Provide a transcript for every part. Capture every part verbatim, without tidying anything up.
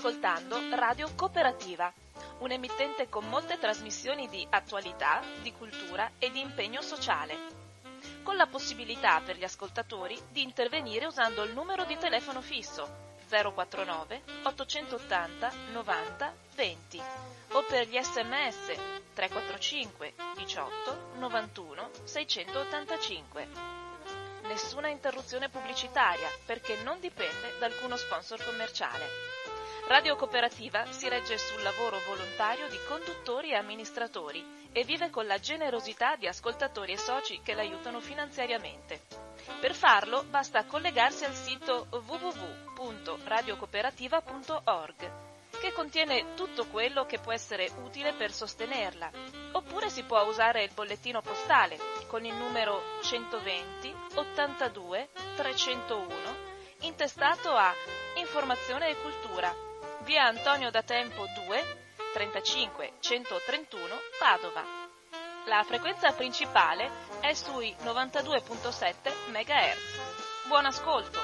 ascoltando Radio Cooperativa, un emittente con molte trasmissioni di attualità, di cultura e di impegno sociale, con la possibilità per gli ascoltatori di intervenire usando il numero di telefono fisso zero quattro nove ottocentottanta novanta venti o per gli sms tre quattro cinque diciotto novantuno seicentottantacinque. Nessuna interruzione pubblicitaria perché non dipende da alcuno sponsor commerciale. Radio Cooperativa si regge sul lavoro volontario di conduttori e amministratori e vive con la generosità di ascoltatori e soci che l'aiutano finanziariamente. Per farlo basta collegarsi al sito w w w punto radiocooperativa punto org, che contiene tutto quello che può essere utile per sostenerla, oppure si può usare il bollettino postale con il numero centoventi ottantadue trecentouno intestato a Informazione e Cultura, via Antonio da Tempo due, trentacinque centotrentuno, Padova. La frequenza principale è sui novantadue virgola sette megahertz. Buon ascolto!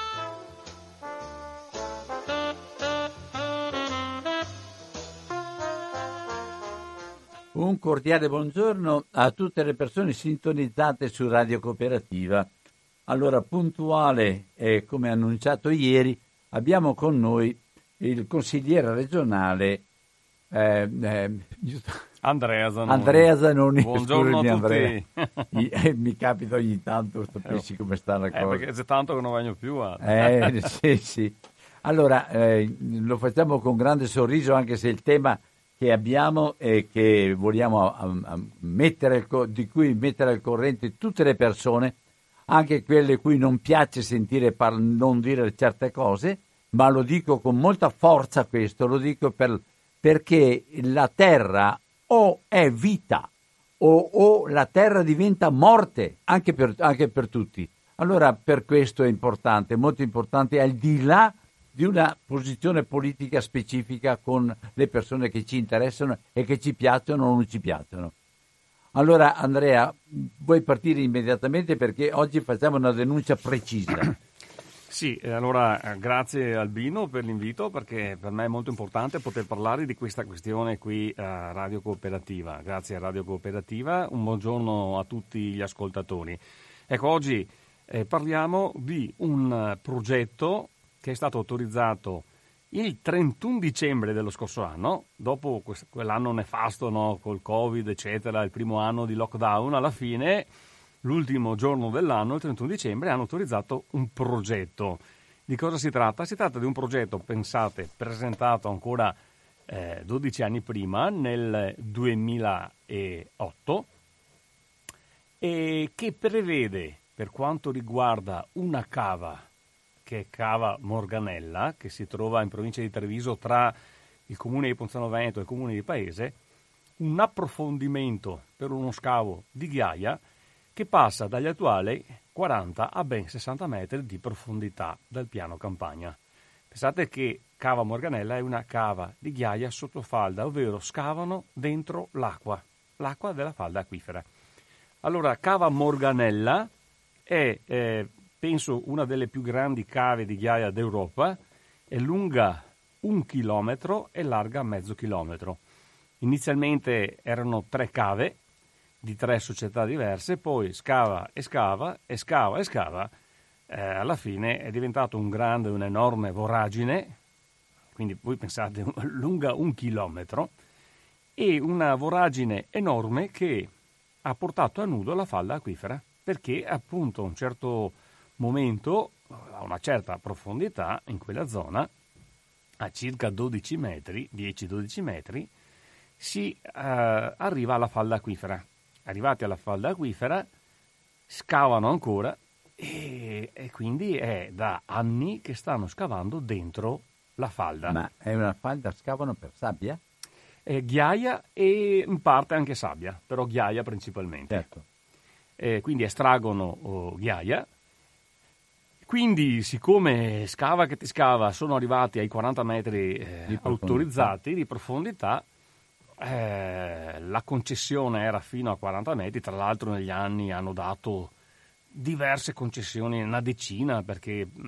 Un cordiale buongiorno a tutte le persone sintonizzate su Radio Cooperativa. Allora, puntuale e come annunciato ieri, abbiamo con noi il consigliere regionale eh, eh, Andrea Zanoni. Andrea Zanoni. Buongiorno Scusami, a Andrea. tutti. Eh, mi capita ogni tanto, capisci come sta la eh, cosa. Perché c'è tanto che non vengo più a... Eh, sì, sì. Allora, eh, lo facciamo con grande sorriso, anche se il tema che abbiamo e che vogliamo a, a mettere, di cui mettere al corrente tutte le persone, anche quelle cui non piace sentire par- non dire certe cose, ma lo dico con molta forza questo, lo dico per, perché la terra o è vita o, o la terra diventa morte anche per, anche per tutti. Allora per questo è importante, molto importante, al di là di una posizione politica specifica con le persone che ci interessano e che ci piacciono o non ci piacciono. Allora Andrea, vuoi partire immediatamente perché oggi facciamo una denuncia precisa. Sì, allora grazie Albino per l'invito, perché per me è molto importante poter parlare di questa questione qui a Radio Cooperativa. Grazie a Radio Cooperativa, un buongiorno a tutti gli ascoltatori. Ecco, oggi eh, parliamo di un progetto che è stato autorizzato il trentuno dicembre dello scorso anno, dopo quell'anno nefasto, no, col Covid, eccetera, il primo anno di lockdown. Alla fine, l'ultimo giorno dell'anno, il trentuno dicembre, hanno autorizzato un progetto. Di cosa si tratta? Si tratta di un progetto, pensate, presentato ancora eh, dodici anni prima, nel duemilaotto, e che prevede, per quanto riguarda una cava, che è Cava Morganella, che si trova in provincia di Treviso tra il comune di Ponzano Veneto e il comune di Paese, un approfondimento per uno scavo di ghiaia che passa dagli attuali quaranta a ben sessanta metri di profondità dal piano campagna. Pensate che Cava Morganella è una cava di ghiaia sotto falda, ovvero scavano dentro l'acqua, l'acqua della falda acquifera. Allora, Cava Morganella è... Eh, penso una delle più grandi cave di ghiaia d'Europa, è lunga un chilometro e larga mezzo chilometro. Inizialmente erano tre cave di tre società diverse, poi scava e scava e scava e scava, eh, alla fine è diventato un grande, un'enorme voragine, quindi voi pensate lunga un chilometro, e una voragine enorme che ha portato a nudo la falda acquifera, perché appunto a un certo momento, a una certa profondità in quella zona, a circa dodici metri, dieci dodici metri, si eh, arriva alla falda acquifera. Arrivati alla falda acquifera, scavano ancora e, e quindi è da anni che stanno scavando dentro la falda. Ma è una falda, scavano per sabbia? È ghiaia e in parte anche sabbia, però ghiaia principalmente. Certo. Eh, quindi estraggono oh, ghiaia. Quindi, siccome scava che ti scava, sono arrivati ai quaranta metri eh, di autorizzati di profondità, eh, la concessione era fino a quaranta metri, tra l'altro negli anni hanno dato diverse concessioni, una decina, perché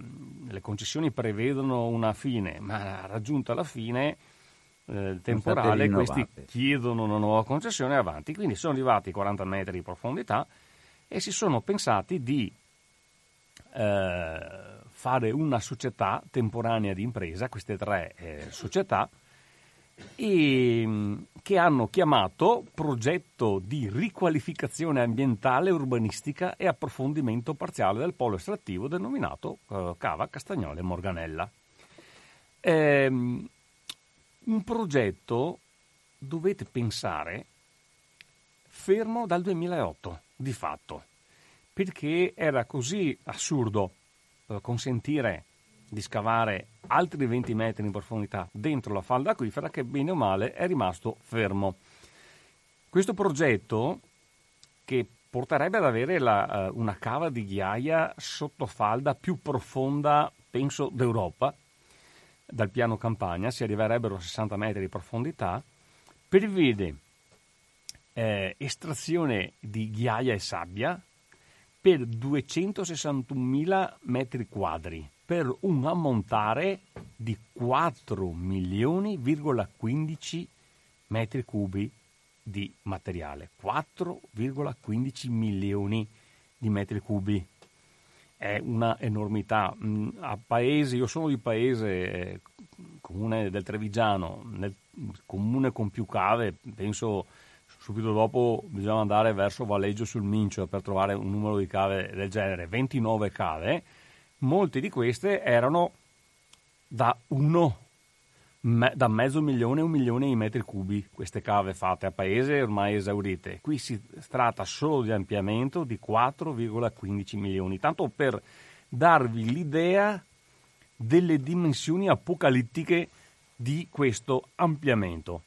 le concessioni prevedono una fine, ma raggiunta la fine eh, temporale, questi chiedono una nuova concessione avanti. Quindi sono arrivati quaranta metri di profondità e si sono pensati di eh, fare una società temporanea di impresa, queste tre eh, società, e, che hanno chiamato progetto di riqualificazione ambientale, urbanistica e approfondimento parziale del polo estrattivo denominato eh, Cava Castagnole Morganella. È un progetto, dovete pensare, fermo dal duemilaotto di fatto, perché era così assurdo eh, consentire di scavare altri venti metri in profondità dentro la falda acquifera che bene o male è rimasto fermo. Questo progetto, che porterebbe ad avere la, uh, una cava di ghiaia sottofalda più profonda, penso, d'Europa, dal piano Campania, si arriverebbero a sessanta metri di profondità, prevede eh, estrazione di ghiaia e sabbia per duecentosessantunomila metri quadri, per un ammontare di quattro milioni virgola quindici metri cubi di materiale. quattro virgola quindici milioni di metri cubi. È una enormità. A paese, io sono di paese, eh, comune del Trevigiano, nel comune con più cave, penso subito dopo bisogna andare verso Valleggio sul Mincio per trovare un numero di cave del genere, ventinove cave. Molte di queste erano da uno, me, da mezzo milione a un milione di metri cubi, queste cave fatte a paese ormai esaurite. Qui si tratta solo di ampliamento di quattro virgola quindici milioni, tanto per darvi l'idea delle dimensioni apocalittiche di questo ampliamento.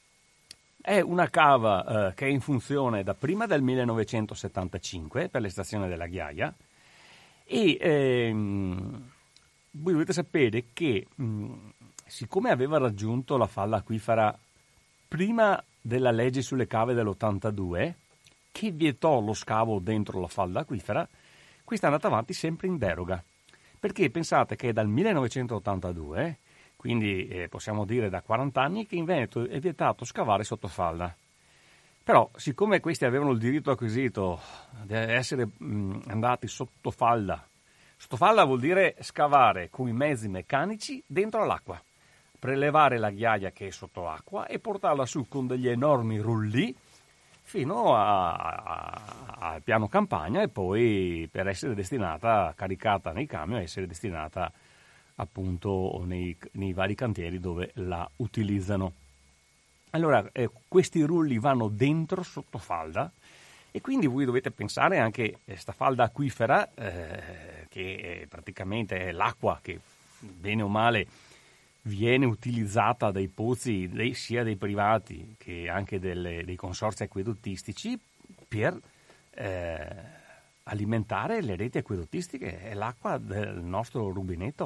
È una cava eh, che è in funzione da prima del millenovecentosettantacinque per l'estrazione della ghiaia. E ehm, voi dovete sapere che mh, siccome aveva raggiunto la falla acquifera prima della legge sulle cave dell'ottantadue, che vietò lo scavo dentro la falla acquifera, questa è andata avanti sempre in deroga, perché pensate che dal millenovecentottantadue, quindi eh, possiamo dire da quaranta anni, che in Veneto è vietato scavare sotto falda. Però, siccome questi avevano il diritto acquisito di essere mh, andati sotto falda, sotto falda vuol dire scavare con i mezzi meccanici dentro l'acqua, prelevare la ghiaia che è sotto acqua e portarla su con degli enormi rulli fino al piano Campania e poi per essere destinata, caricata nei camion, essere destinata appunto nei, nei vari cantieri dove la utilizzano. Allora, eh, questi rulli vanno dentro sotto falda e quindi voi dovete pensare anche a questa falda acquifera, eh, che è praticamente è l'acqua che bene o male viene utilizzata dai pozzi dei, sia dei privati che anche delle, dei consorzi acquedottistici per eh, alimentare le reti acquedottistiche, è l'acqua del nostro rubinetto.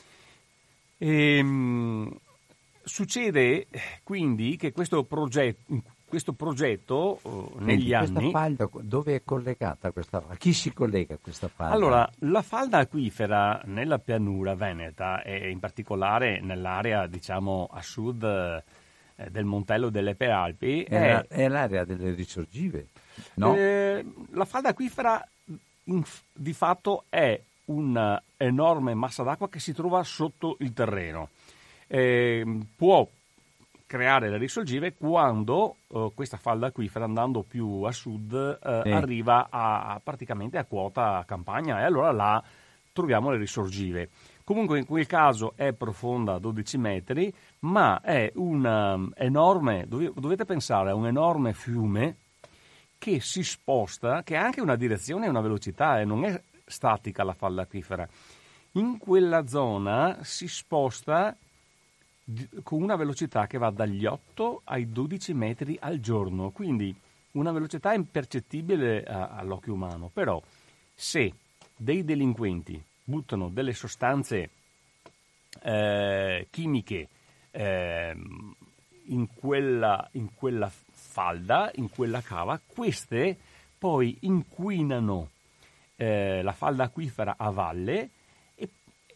E, succede quindi che questo progetto, questo progetto uh, negli questa anni... falda, dove è collegata questa falda? Chi si collega a questa falda? Allora, la falda acquifera nella pianura veneta e in particolare nell'area, diciamo, a sud eh, del Montello delle Prealpi è, è, la, è l'area delle risorgive, no? Eh, la falda acquifera in, di fatto è una enorme massa d'acqua che si trova sotto il terreno. Eh, può creare le risorgive quando eh, questa falda acquifera, andando più a sud, eh, sì. arriva a, a praticamente a quota campagna e allora là troviamo le risorgive. Comunque in quel caso è profonda dodici metri, ma è un enorme, dove, dovete pensare a un enorme fiume che si sposta, che ha anche una direzione e una velocità e non è statica la falda acquifera. In quella zona si sposta con una velocità che va dagli otto ai dodici metri al giorno, quindi una velocità impercettibile a, all'occhio umano. Però se dei delinquenti buttano delle sostanze eh, chimiche eh, in quella, in quella falda, in quella cava, queste poi inquinano eh, la falda acquifera a valle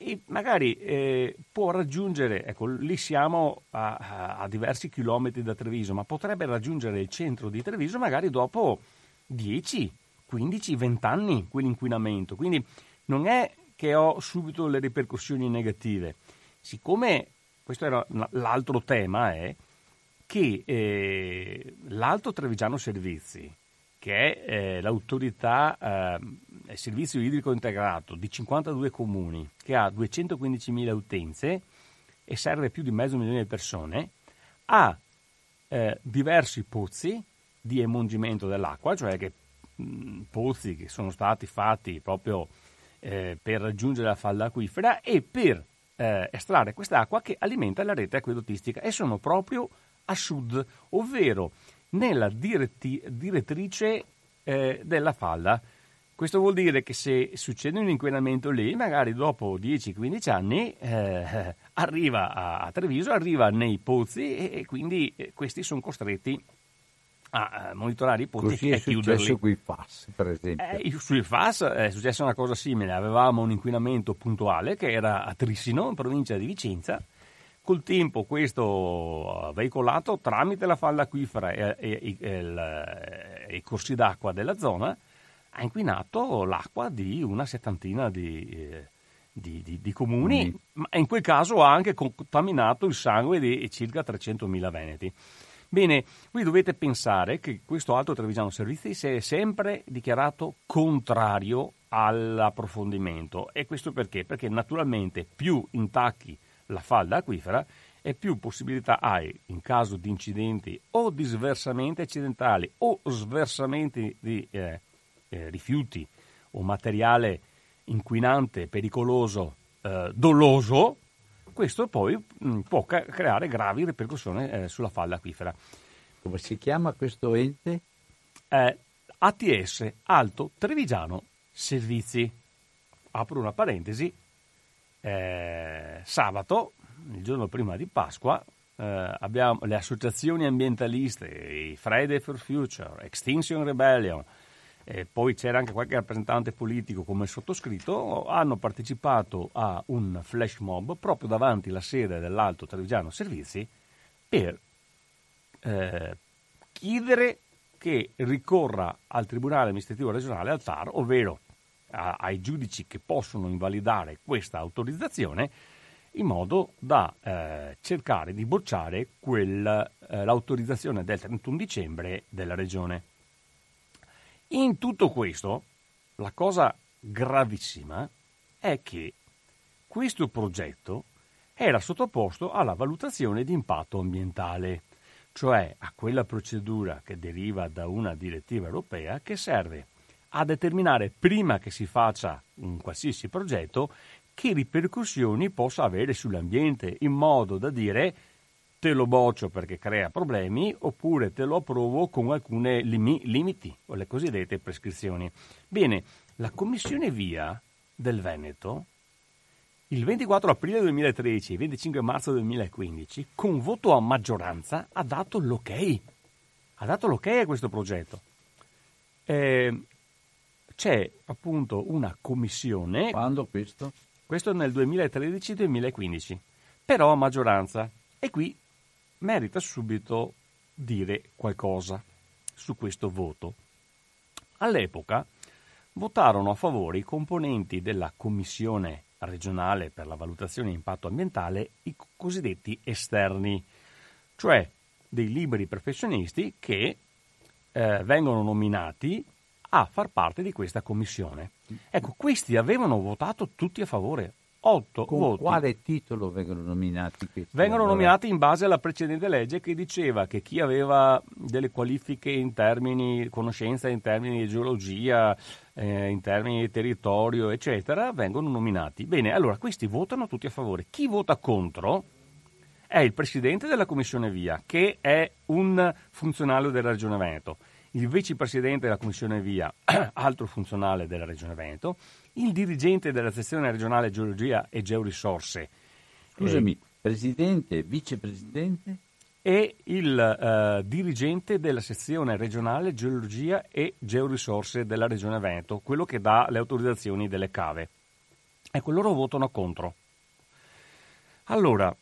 e magari eh, può raggiungere, ecco, lì siamo a, a, a diversi chilometri da Treviso, ma potrebbe raggiungere il centro di Treviso magari dopo dieci, quindici, venti anni quell'inquinamento. Quindi non è che ho subito le ripercussioni negative. Siccome questo era l'altro tema, è che eh, l'Alto Trevigiano Servizi, che è eh, l'autorità eh, servizio idrico integrato di cinquantadue comuni, che ha duecentoquindicimila utenze e serve più di mezzo milione di persone, ha eh, diversi pozzi di emungimento dell'acqua, cioè che mh, pozzi che sono stati fatti proprio eh, per raggiungere la falda acquifera e per eh, estrarre quest'acqua che alimenta la rete acquedottistica, e sono proprio a sud, ovvero nella diretti- direttrice eh, della falda. Questo vuol dire che se succede un inquinamento lì, magari dopo dieci quindici anni eh, arriva a, a Treviso, arriva nei pozzi e, e quindi eh, questi sono costretti a monitorare i pozzi Così e è chiuderli. successo qui F A S, per esempio. Eh, sui F A S è successa una cosa simile, avevamo un inquinamento puntuale che era a Trissino, in provincia di Vicenza. Col tempo questo veicolato tramite la falda acquifera e, e, e, il, e i corsi d'acqua della zona ha inquinato l'acqua di una settantina di, eh, di, di, di comuni, mm. ma in quel caso ha anche contaminato il sangue di circa trecentomila veneti. Bene, voi dovete pensare che questo Alto Trevigiano Servizi si è sempre dichiarato contrario all'approfondimento. E questo perché? Perché naturalmente più intacchi la falda acquifera e più possibilità hai, in caso di incidenti o di sversamenti accidentali o sversamenti di eh, eh, rifiuti o materiale inquinante, pericoloso, eh, doloso, questo poi mh, può ca- creare gravi ripercussioni eh, sulla falda acquifera. Come si chiama questo ente? Eh, A T S, Alto Trevigiano Servizi. Apro una parentesi. Eh, sabato, il giorno prima di Pasqua, eh, abbiamo le associazioni ambientaliste, i Friday for Future, Extinction Rebellion, e poi c'era anche qualche rappresentante politico come il sottoscritto, hanno partecipato a un flash mob proprio davanti alla sede dell'Alto Trevigiano Servizi per eh, chiedere che ricorra al Tribunale Amministrativo Regionale, al T A R, ovvero a, ai giudici che possono invalidare questa autorizzazione, in modo da eh, cercare di bocciare quel, eh, l'autorizzazione del trentuno dicembre della Regione. In tutto questo, la cosa gravissima è che questo progetto era sottoposto alla valutazione di impatto ambientale, cioè a quella procedura che deriva da una direttiva europea che serve a determinare, prima che si faccia un qualsiasi progetto, che ripercussioni possa avere sull'ambiente, in modo da dire te lo boccio perché crea problemi, oppure te lo approvo con alcune limi- limiti, o le cosiddette prescrizioni. Bene, la Commissione Via del Veneto, il ventiquattro aprile duemilatredici e il venticinque marzo duemilaquindici, con voto a maggioranza, ha dato l'ok. Ha dato l'ok a questo progetto. Eh, c'è appunto una commissione. Quando questo? Questo nel duemilatredici duemilaquindici, però a maggioranza. E qui merita subito dire qualcosa su questo voto. All'epoca votarono a favore i componenti della Commissione regionale per la valutazione di impatto ambientale, i cosiddetti esterni, cioè dei liberi professionisti che eh, vengono nominati a far parte di questa commissione. Ecco, questi avevano votato tutti a favore. Otto Con voti. quale titolo vengono nominati questi? Vengono allora? nominati in base alla precedente legge che diceva che chi aveva delle qualifiche in termini, conoscenza in termini di geologia, eh, in termini di territorio, eccetera, vengono nominati. Bene, allora questi votano tutti a favore. Chi vota contro è il presidente della Commissione Via, che è un funzionario della Regione Veneto, il vicepresidente della Commissione Via, altro funzionale della Regione Veneto, il dirigente della sezione regionale Geologia e Georisorse. Scusami, eh, presidente, vicepresidente? E il eh, dirigente della sezione regionale Geologia e Georisorse della Regione Veneto, quello che dà le autorizzazioni delle cave. Ecco, loro votano contro. Allora,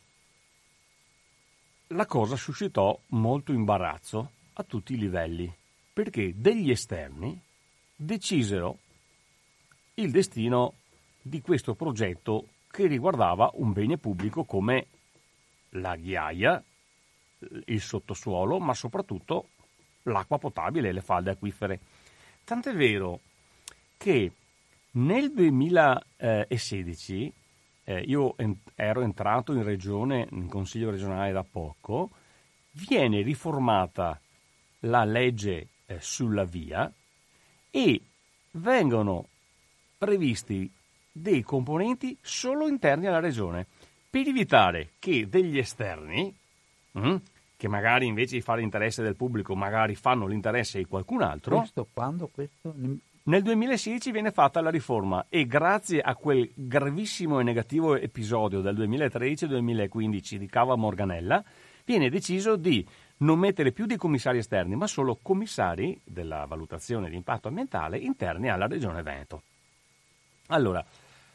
la cosa suscitò molto imbarazzo a tutti i livelli, perché degli esterni decisero il destino di questo progetto che riguardava un bene pubblico come la ghiaia, il sottosuolo, ma soprattutto l'acqua potabile e le falde acquifere. Tant'è vero che nel duemilasedici eh, io en- ero entrato in regione, in consiglio regionale da poco, viene riformata la legge eh, sulla via e vengono previsti dei componenti solo interni alla regione per evitare che degli esterni mh, che magari invece di fare l'interesse del pubblico magari fanno l'interesse di qualcun altro. Questo quando? Questo? Nel duemilasedici viene fatta la riforma e grazie a quel gravissimo e negativo episodio del duemilatredici duemilaquindici di Cava Morganella viene deciso di non mettere più dei commissari esterni ma solo commissari della valutazione di impatto ambientale interni alla regione Veneto. Allora,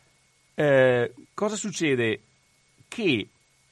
eh, cosa succede? Che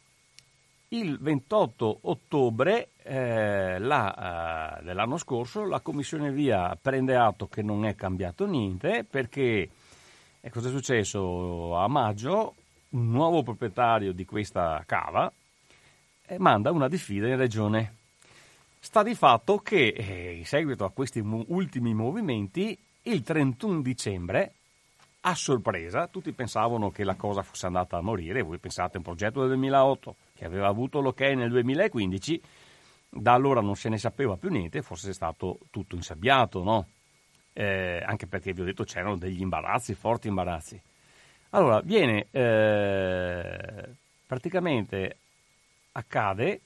il ventotto ottobre eh, la, eh, dell'anno scorso la Commissione Via prende atto che non è cambiato niente perché eh, cosa è successo? A maggio un nuovo proprietario di questa cava eh, manda una diffida in regione. Sta di fatto che eh, in seguito a questi mu- ultimi movimenti il trentuno dicembre a sorpresa, tutti pensavano che la cosa fosse andata a morire. Voi pensate a un progetto del duemilaotto che aveva avuto l'ok nel duemilaquindici, da allora non se ne sapeva più niente, forse è stato tutto insabbiato, no? Eh, anche perché vi ho detto c'erano degli imbarazzi, forti imbarazzi. Allora, viene, eh, praticamente accade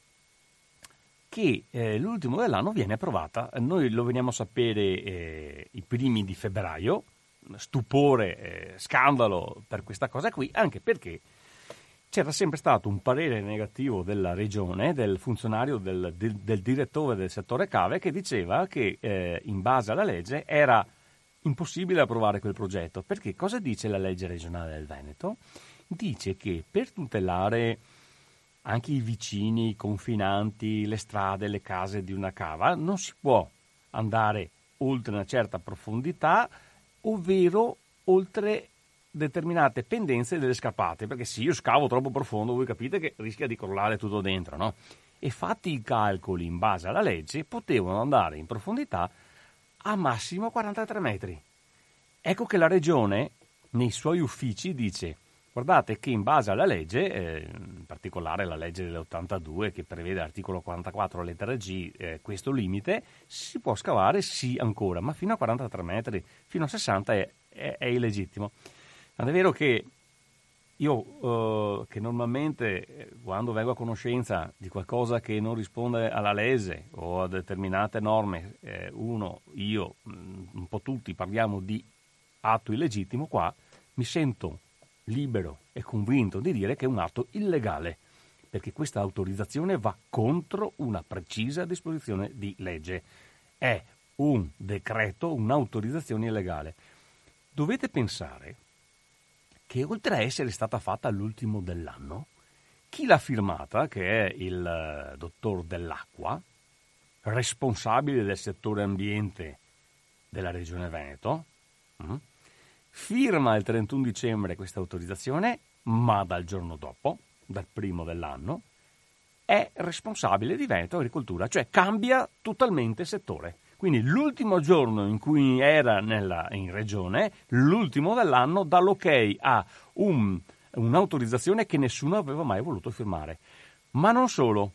che eh, l'ultimo dell'anno viene approvata, noi lo veniamo a sapere eh, i primi di febbraio, stupore, eh, scandalo per questa cosa qui, anche perché c'era sempre stato un parere negativo della regione, del funzionario, del, del, del direttore del settore cave, che diceva che eh, in base alla legge era impossibile approvare quel progetto. Perché cosa dice la legge regionale del Veneto? Dice che per tutelare anche i vicini, i confinanti, le strade, le case di una cava, non si può andare oltre una certa profondità, ovvero oltre determinate pendenze delle scarpate, perché se io scavo troppo profondo voi capite che rischia di crollare tutto dentro, no? E fatti i calcoli in base alla legge potevano andare in profondità a massimo quarantatré metri. Ecco che la regione nei suoi uffici dice: guardate che in base alla legge, eh, in particolare la legge dell'ottantadue che prevede l'articolo quarantaquattro lettera G, eh, questo limite, si può scavare sì ancora, ma fino a quarantatré metri, fino a sessanta è, è, è illegittimo. Ma è vero che io, eh, che normalmente quando vengo a conoscenza di qualcosa che non risponde alla legge o a determinate norme, eh, uno, io, un po' tutti parliamo di atto illegittimo, qua mi sento libero e convinto di dire che è un atto illegale, perché questa autorizzazione va contro una precisa disposizione di legge. È un decreto, un'autorizzazione illegale. Dovete pensare che oltre a essere stata fatta all'ultimo dell'anno, chi l'ha firmata, che è il dottor Dell'Acqua, responsabile del settore ambiente della Regione Veneto, mh, firma il trentuno dicembre questa autorizzazione, ma dal giorno dopo, dal primo dell'anno, è responsabile di Veneto Agricoltura, cioè cambia totalmente settore. Quindi l'ultimo giorno in cui era nella, in regione, l'ultimo dell'anno, dà l'ok a un, un'autorizzazione che nessuno aveva mai voluto firmare. Ma non solo.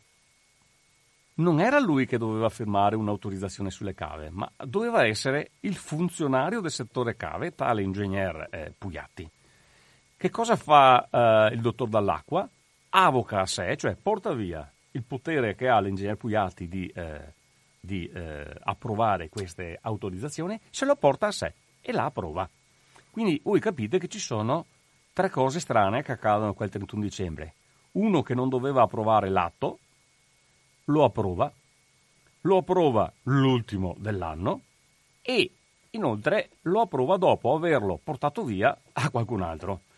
Non era lui che doveva firmare un'autorizzazione sulle cave, ma doveva essere il funzionario del settore cave, tale ingegner eh, Pugliatti. Che cosa fa eh, il dottor Dall'Acqua? Avoca a sé, cioè porta via il potere che ha l'ingegner Pugliatti di, eh, di eh, approvare queste autorizzazioni, se lo porta a sé e la approva. Quindi voi capite che ci sono tre cose strane che accadono quel trentuno dicembre. Uno che non doveva approvare l'atto, lo approva, lo approva l'ultimo dell'anno e inoltre lo approva dopo averlo portato via a qualcun altro.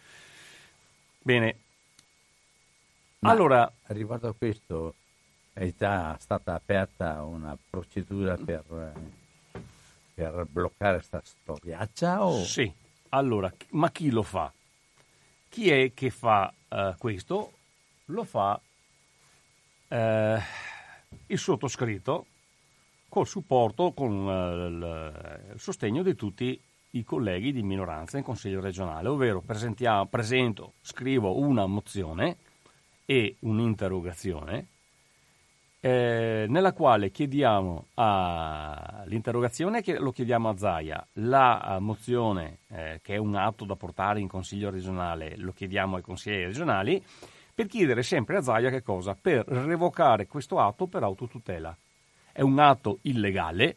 Bene. Ma allora, riguardo a questo è già stata aperta una procedura per, per bloccare questa storiaccia? O... Sì, allora, ma chi lo fa? Chi è che fa uh, questo? Lo fa uh, il sottoscritto col supporto, con uh, il, il sostegno di tutti i colleghi di minoranza in Consiglio regionale, ovvero presentiamo, presento, scrivo una mozione e un'interrogazione eh, nella quale chiediamo a l'interrogazione che lo chiediamo a Zaia, la mozione eh, che è un atto da portare in Consiglio regionale lo chiediamo ai consiglieri regionali, per chiedere sempre a Zaia che cosa? Per revocare questo atto per autotutela. È un atto illegale,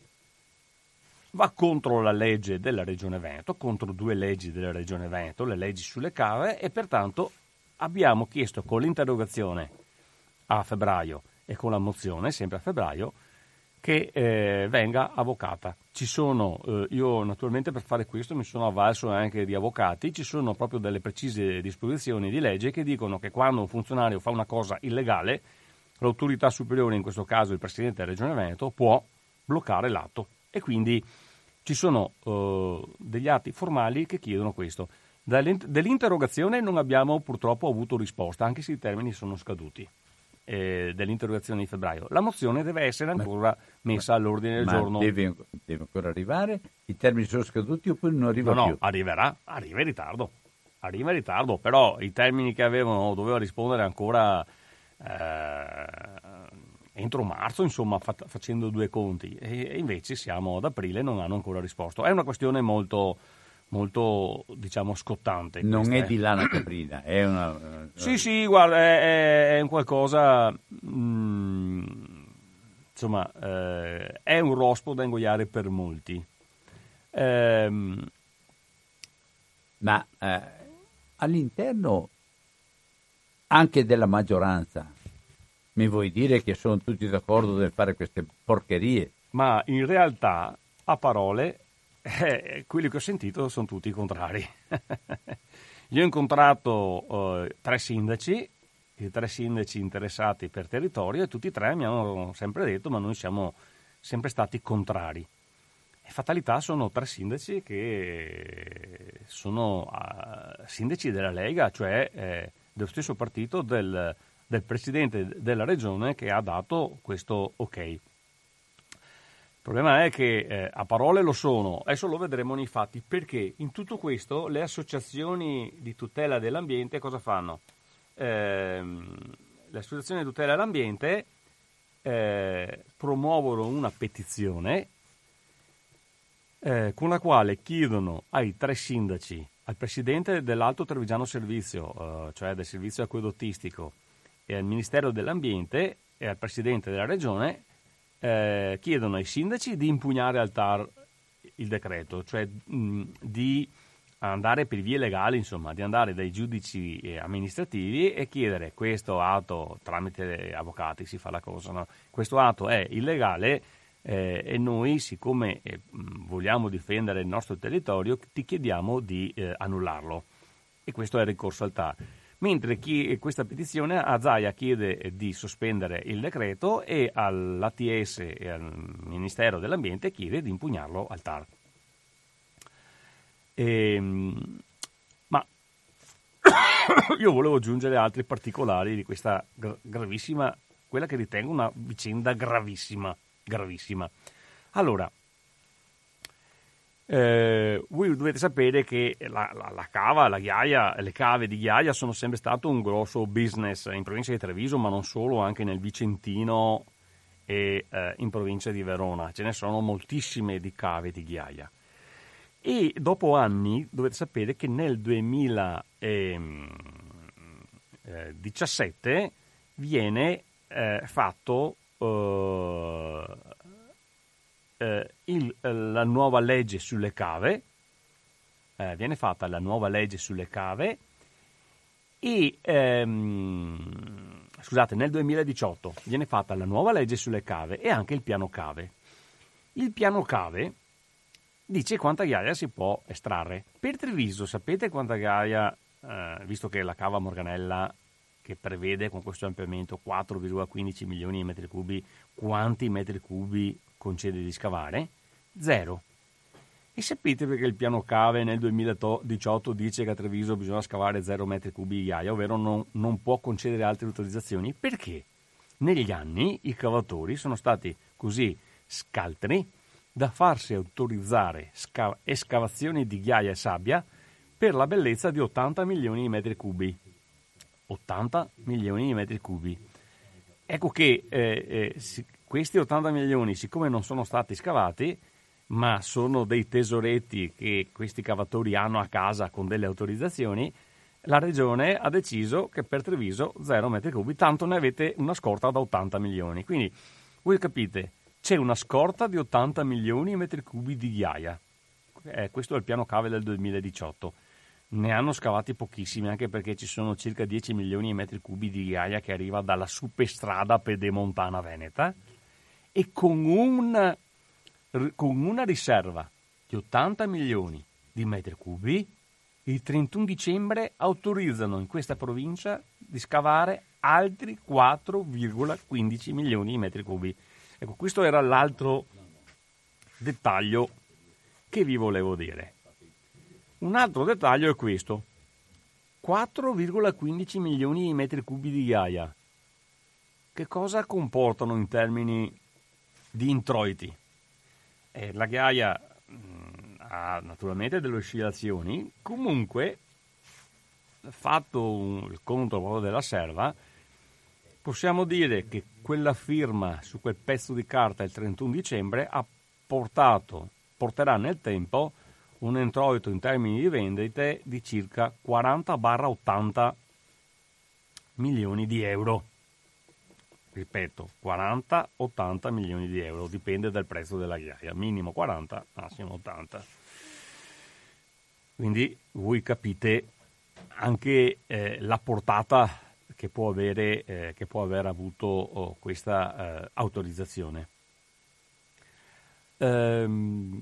va contro la legge della Regione Veneto, contro due leggi della Regione Veneto, le leggi sulle cave, e pertanto abbiamo chiesto con l'interrogazione a febbraio e con la mozione, sempre a febbraio, che eh, venga avvocata. Ci sono, eh, io naturalmente per fare questo mi sono avvalso anche di avvocati, ci sono proprio delle precise disposizioni di legge che dicono che quando un funzionario fa una cosa illegale, l'autorità superiore, in questo caso il Presidente della Regione Veneto, può bloccare l'atto. E quindi ci sono eh, degli atti formali che chiedono questo. Dell'interrogazione non abbiamo purtroppo avuto risposta, anche se i termini sono scaduti, eh, dell'interrogazione di febbraio. La mozione deve essere ancora ma, messa all'ordine del ma giorno. Deve, deve ancora arrivare? I termini sono scaduti oppure non arriva no, più? No, arriverà, arriva in ritardo. Arriva in ritardo, però i termini che avevano doveva rispondere ancora eh, entro marzo, insomma, fa, facendo due conti. E, e invece siamo ad aprile e non hanno ancora risposto. È una questione molto... molto, diciamo, scottante. Non questa, è eh. di lana caprina, è una... Uh, sì, sì, guarda, è, è un qualcosa... Mm, insomma, eh, è un rospo da ingoiare per molti. Ehm, Ma eh, all'interno anche della maggioranza, mi vuoi dire che sono tutti d'accordo nel fare queste porcherie? Ma in realtà, a parole... Eh, quelli che ho sentito sono tutti contrari. Io ho incontrato eh, tre sindaci, i tre sindaci interessati per territorio, e tutti e tre mi hanno sempre detto: ma noi siamo sempre stati contrari. E fatalità, sono tre sindaci che sono uh, sindaci della Lega, cioè eh, dello stesso partito del, del presidente della regione che ha dato questo ok. Il problema è che eh, a parole lo sono, adesso lo vedremo nei fatti, perché in tutto questo le associazioni di tutela dell'ambiente cosa fanno? Eh, le associazioni di tutela dell'ambiente eh, promuovono una petizione eh, con la quale chiedono ai tre sindaci, al presidente dell'Alto Trevigiano Servizio, eh, cioè del servizio acquedottistico, e al Ministero dell'Ambiente e al presidente della regione, Eh, chiedono ai sindaci di impugnare al T A R il decreto, cioè mh, di andare per vie legali, insomma, di andare dai giudici amministrativi e chiedere: questo atto, tramite avvocati si fa la cosa, no? Questo atto è illegale eh, e noi, siccome eh, vogliamo difendere il nostro territorio, ti chiediamo di eh, annullarlo. E questo è il ricorso al T A R. Mentre chi, questa petizione a Zaia chiede di sospendere il decreto e all'A T S e al Ministero dell'Ambiente chiede di impugnarlo al T A R. E, ma io volevo aggiungere altri particolari di questa gra- gravissima, quella che ritengo una vicenda gravissima, gravissima. Allora, Eh, voi dovete sapere che la, la, la cava, la ghiaia, le cave di ghiaia sono sempre stato un grosso business in provincia di Treviso, ma non solo, anche nel Vicentino e eh, in provincia di Verona. Ce ne sono moltissime di cave di ghiaia. E dopo anni dovete sapere che nel duemiladiciassette viene eh, fatto eh, Eh, il, la nuova legge sulle cave, eh, viene fatta la nuova legge sulle cave e ehm, scusate, nel duemiladiciotto viene fatta la nuova legge sulle cave e anche il piano cave. Il piano cave dice quanta ghiaia si può estrarre. Per Treviso sapete quanta ghiaia eh, visto che la cava Morganella, che prevede con questo ampliamento quattro virgola quindici milioni di metri cubi, quanti metri cubi concede di scavare? Zero. E sapete perché il piano cave nel duemiladiciotto dice che a Treviso bisogna scavare zero metri cubi di ghiaia, ovvero non, non può concedere altre autorizzazioni? Perché negli anni i cavatori sono stati così scaltri da farsi autorizzare sca- escavazioni di ghiaia e sabbia per la bellezza di ottanta milioni di metri cubi. ottanta milioni di metri cubi. Ecco che eh, eh, si, questi ottanta milioni, siccome non sono stati scavati, ma sono dei tesoretti che questi cavatori hanno a casa con delle autorizzazioni, la regione ha deciso che per Treviso zero metri cubi, tanto ne avete una scorta da ottanta milioni. Quindi voi capite, c'è una scorta di ottanta milioni di metri cubi di ghiaia. Eh, questo è il piano cave del duemiladiciotto. Ne hanno scavati pochissimi, anche perché ci sono circa dieci milioni di metri cubi di ghiaia che arriva dalla superstrada pedemontana veneta, e con, un, con una riserva di ottanta milioni di metri cubi, il trentuno dicembre autorizzano in questa provincia di scavare altri quattro virgola quindici milioni di metri cubi. Ecco, questo era l'altro dettaglio che vi volevo dire. Un altro dettaglio è questo: quattro virgola quindici milioni di metri cubi di ghiaia. Che cosa comportano in termini di introiti? Eh, la ghiaia mh, ha naturalmente delle oscillazioni, comunque, fatto un, il conto proprio della serva, possiamo dire che quella firma su quel pezzo di carta il trentuno dicembre ha portato, porterà nel tempo un introito in termini di vendite di circa quaranta ottanta milioni di euro. Ripeto, quaranta ottanta milioni di euro, dipende dal prezzo della ghiaia, minimo quaranta, massimo ottanta. Quindi voi capite anche eh, la portata che può avere, eh, che può aver avuto oh, questa eh, autorizzazione. Ehm,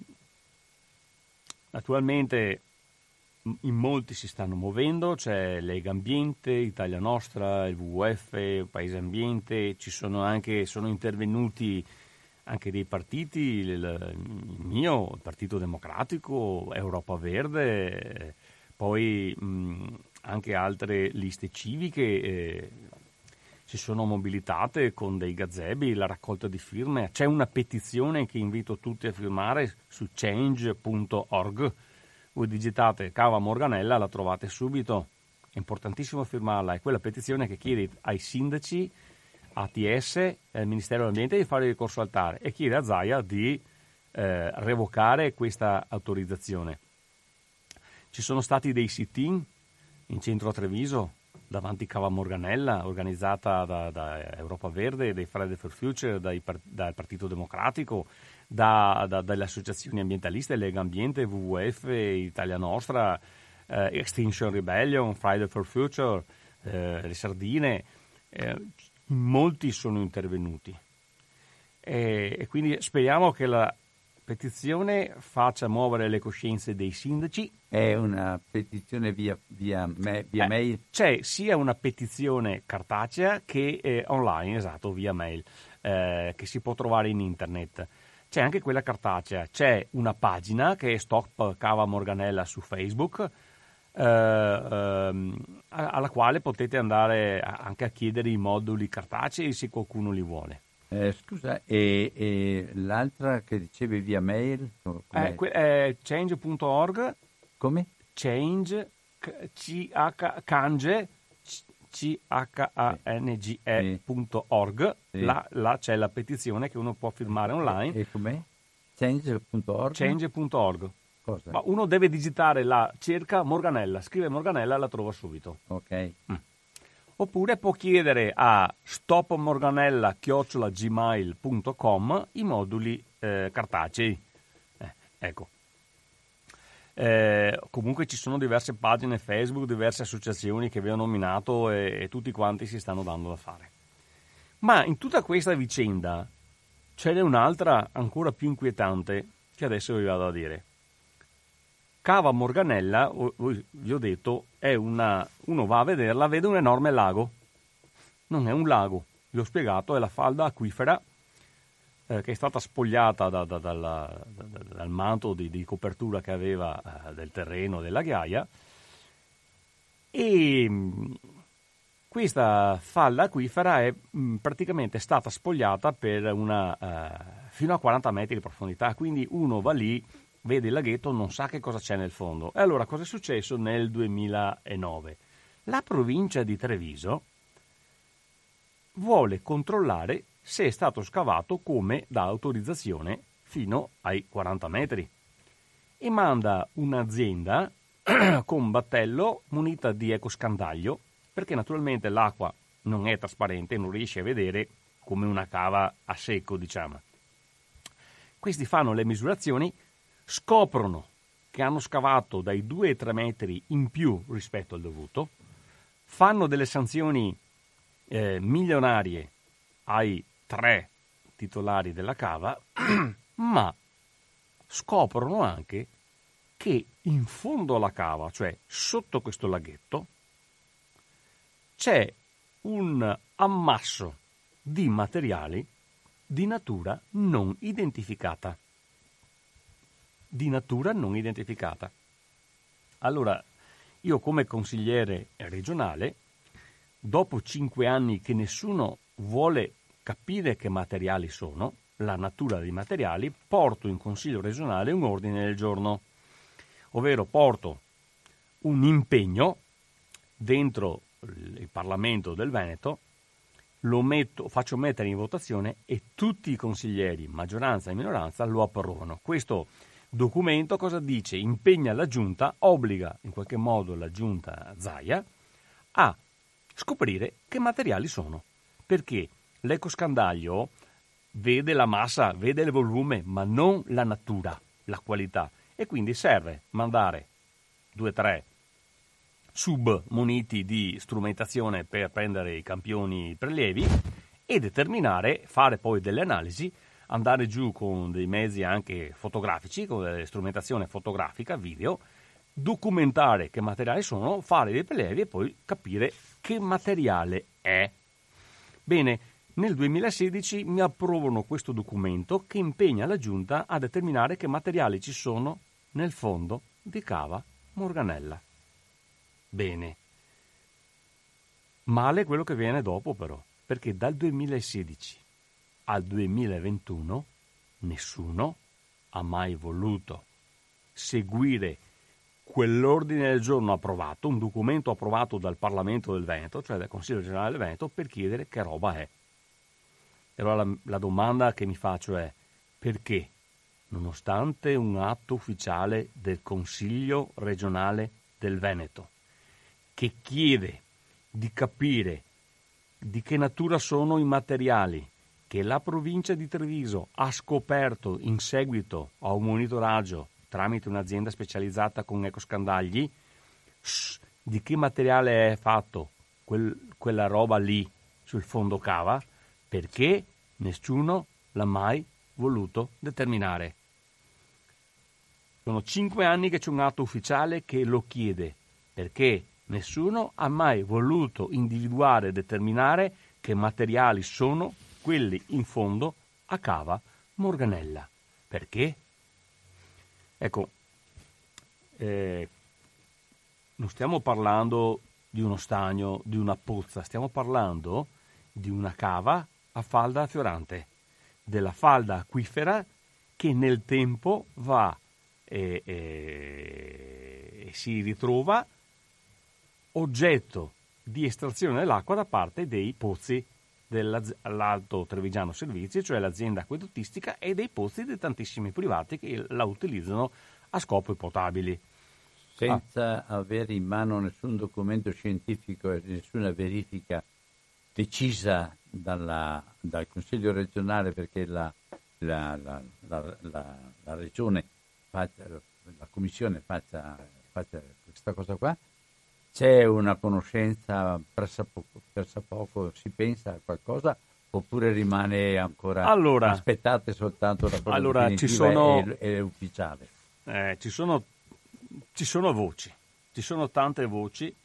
Naturalmente in molti si stanno muovendo, c'è Lega Ambiente, Italia Nostra, il W W F, Paese Ambiente, ci sono anche, sono intervenuti anche dei partiti, il, il mio, il Partito Democratico, Europa Verde, poi mh, anche altre liste civiche eh, si sono mobilitate con dei gazebi, la raccolta di firme. C'è una petizione che invito tutti a firmare su change punto org. Voi digitate Cava Morganella, la trovate subito. È importantissimo firmarla. È quella petizione che chiede ai sindaci, A T S e al Ministero dell'Ambiente di fare ricorso al TAR e chiede a Zaia di eh, revocare questa autorizzazione. Ci sono stati dei sit-in in centro a Treviso, davanti Cava Morganella, organizzata da, da Europa Verde, dai Friday for Future, dai, dal Partito Democratico, da, da, dalle associazioni ambientaliste, Lega Ambiente, W W F, Italia Nostra, eh, Extinction Rebellion, Friday for Future, eh, le Sardine. Eh, molti sono intervenuti. E, e quindi speriamo che la petizione faccia muovere le coscienze dei sindaci. È una petizione via, via, me, via eh, mail? C'è sia una petizione cartacea che eh, online, esatto, via mail, eh, che si può trovare in internet. C'è anche quella cartacea, c'è una pagina che è Stop Cava Morganella su Facebook, eh, ehm, alla quale potete andare anche a chiedere i moduli cartacei se qualcuno li vuole. Eh, scusa, e, e l'altra che dicevi via mail? Eh, que- eh, change punto org. Come? Change, C H, Cange, C H A N G E punto org. Sì. Là, là c'è la petizione che uno può firmare online. E com'è? change punto org? change punto org. Cosa? Ma uno deve digitare la cerca Morganella, scrive Morganella e la trova subito. Ok. Mm. Oppure può chiedere a stopmorganella chiocciola gmail punto com i moduli eh, cartacei. Eh, ecco. Eh, comunque ci sono diverse pagine Facebook, diverse associazioni che vi ho nominato e, e tutti quanti si stanno dando da fare. Ma in tutta questa vicenda c'è un'altra ancora più inquietante che adesso vi vado a dire. Cava Morganella, vi ho detto, è una, uno va a vederla, vede un enorme lago. Non è un lago, vi ho spiegato, è la falda acquifera eh, che è stata spogliata da, da, dalla, da, dal manto di, di copertura che aveva eh, del terreno della ghiaia, e mh, questa falda acquifera è mh, praticamente stata spogliata per una eh, fino a quaranta metri di profondità, quindi uno va lì, vede il laghetto, non sa che cosa c'è nel fondo. E allora cosa è successo nel duemilanove? La provincia di Treviso vuole controllare se è stato scavato come da autorizzazione fino ai quaranta metri e manda un'azienda con battello munita di ecoscandaglio, perché naturalmente l'acqua non è trasparente, non riesce a vedere come una cava a secco, diciamo. Questi fanno le misurazioni, scoprono che hanno scavato dai due ai tre metri in più rispetto al dovuto, fanno delle sanzioni eh, milionarie ai tre titolari della cava, ma scoprono anche che in fondo alla cava, cioè sotto questo laghetto, c'è un ammasso di materiali di natura non identificata. Di natura non identificata. Allora, io come consigliere regionale, dopo cinque anni che nessuno vuole capire che materiali sono, la natura dei materiali, porto in Consiglio regionale un ordine del giorno, ovvero porto un impegno dentro il Parlamento del Veneto, lo metto, faccio mettere in votazione e tutti i consiglieri, maggioranza e minoranza, lo approvano. Questo documento cosa dice? Impegna la Giunta, obbliga in qualche modo la Giunta Zaia a scoprire che materiali sono, perché l'ecoscandaglio vede la massa, vede il volume, ma non la natura, la qualità, e quindi serve mandare due o tre sub muniti di strumentazione per prendere i campioni prelievi e determinare, fare poi delle analisi, andare giù con dei mezzi anche fotografici, con delle strumentazione fotografica, video, documentare che materiali sono, fare dei prelievi e poi capire che materiale è. Bene, nel duemilasedici mi approvano questo documento che impegna la Giunta a determinare che materiali ci sono nel fondo di Cava Morganella. Bene. Male quello che viene dopo però, perché dal duemilasedici al duemilaventuno nessuno ha mai voluto seguire quell'ordine del giorno approvato, un documento approvato dal Parlamento del Veneto, cioè dal Consiglio regionale del Veneto, per chiedere che roba è. E allora la, la domanda che mi faccio è: perché, nonostante un atto ufficiale del Consiglio regionale del Veneto che chiede di capire di che natura sono i materiali che la provincia di Treviso ha scoperto in seguito a un monitoraggio tramite un'azienda specializzata con ecoscandagli, di che materiale è fatto quel, quella roba lì sul fondo cava, perché nessuno l'ha mai voluto determinare. Sono cinque anni che c'è un atto ufficiale che lo chiede, perché nessuno ha mai voluto individuare e determinare che materiali sono quelli in fondo a Cava Morganella. Perché? Ecco, eh, non stiamo parlando di uno stagno, di una pozza, stiamo parlando di una cava a falda fiorante, della falda acquifera che nel tempo va e, e, e si ritrova oggetto di estrazione dell'acqua da parte dei pozzi dell'Alto Trevigiano Servizi, cioè l'azienda acquedottistica, e dei pozzi di tantissimi privati che la utilizzano a scopi potabili. Senza ah. avere in mano nessun documento scientifico e nessuna verifica decisa dalla, dal Consiglio regionale, perché la, la, la, la, la, la regione, faccia, la commissione faccia, faccia questa cosa qua, c'è una conoscenza pressappoco, pressappoco, si pensa a qualcosa, oppure rimane ancora, allora, aspettate soltanto la cosa allora, definitiva ci sono, e, e ufficiale? Eh, ci sono ci sono voci, ci sono tante voci,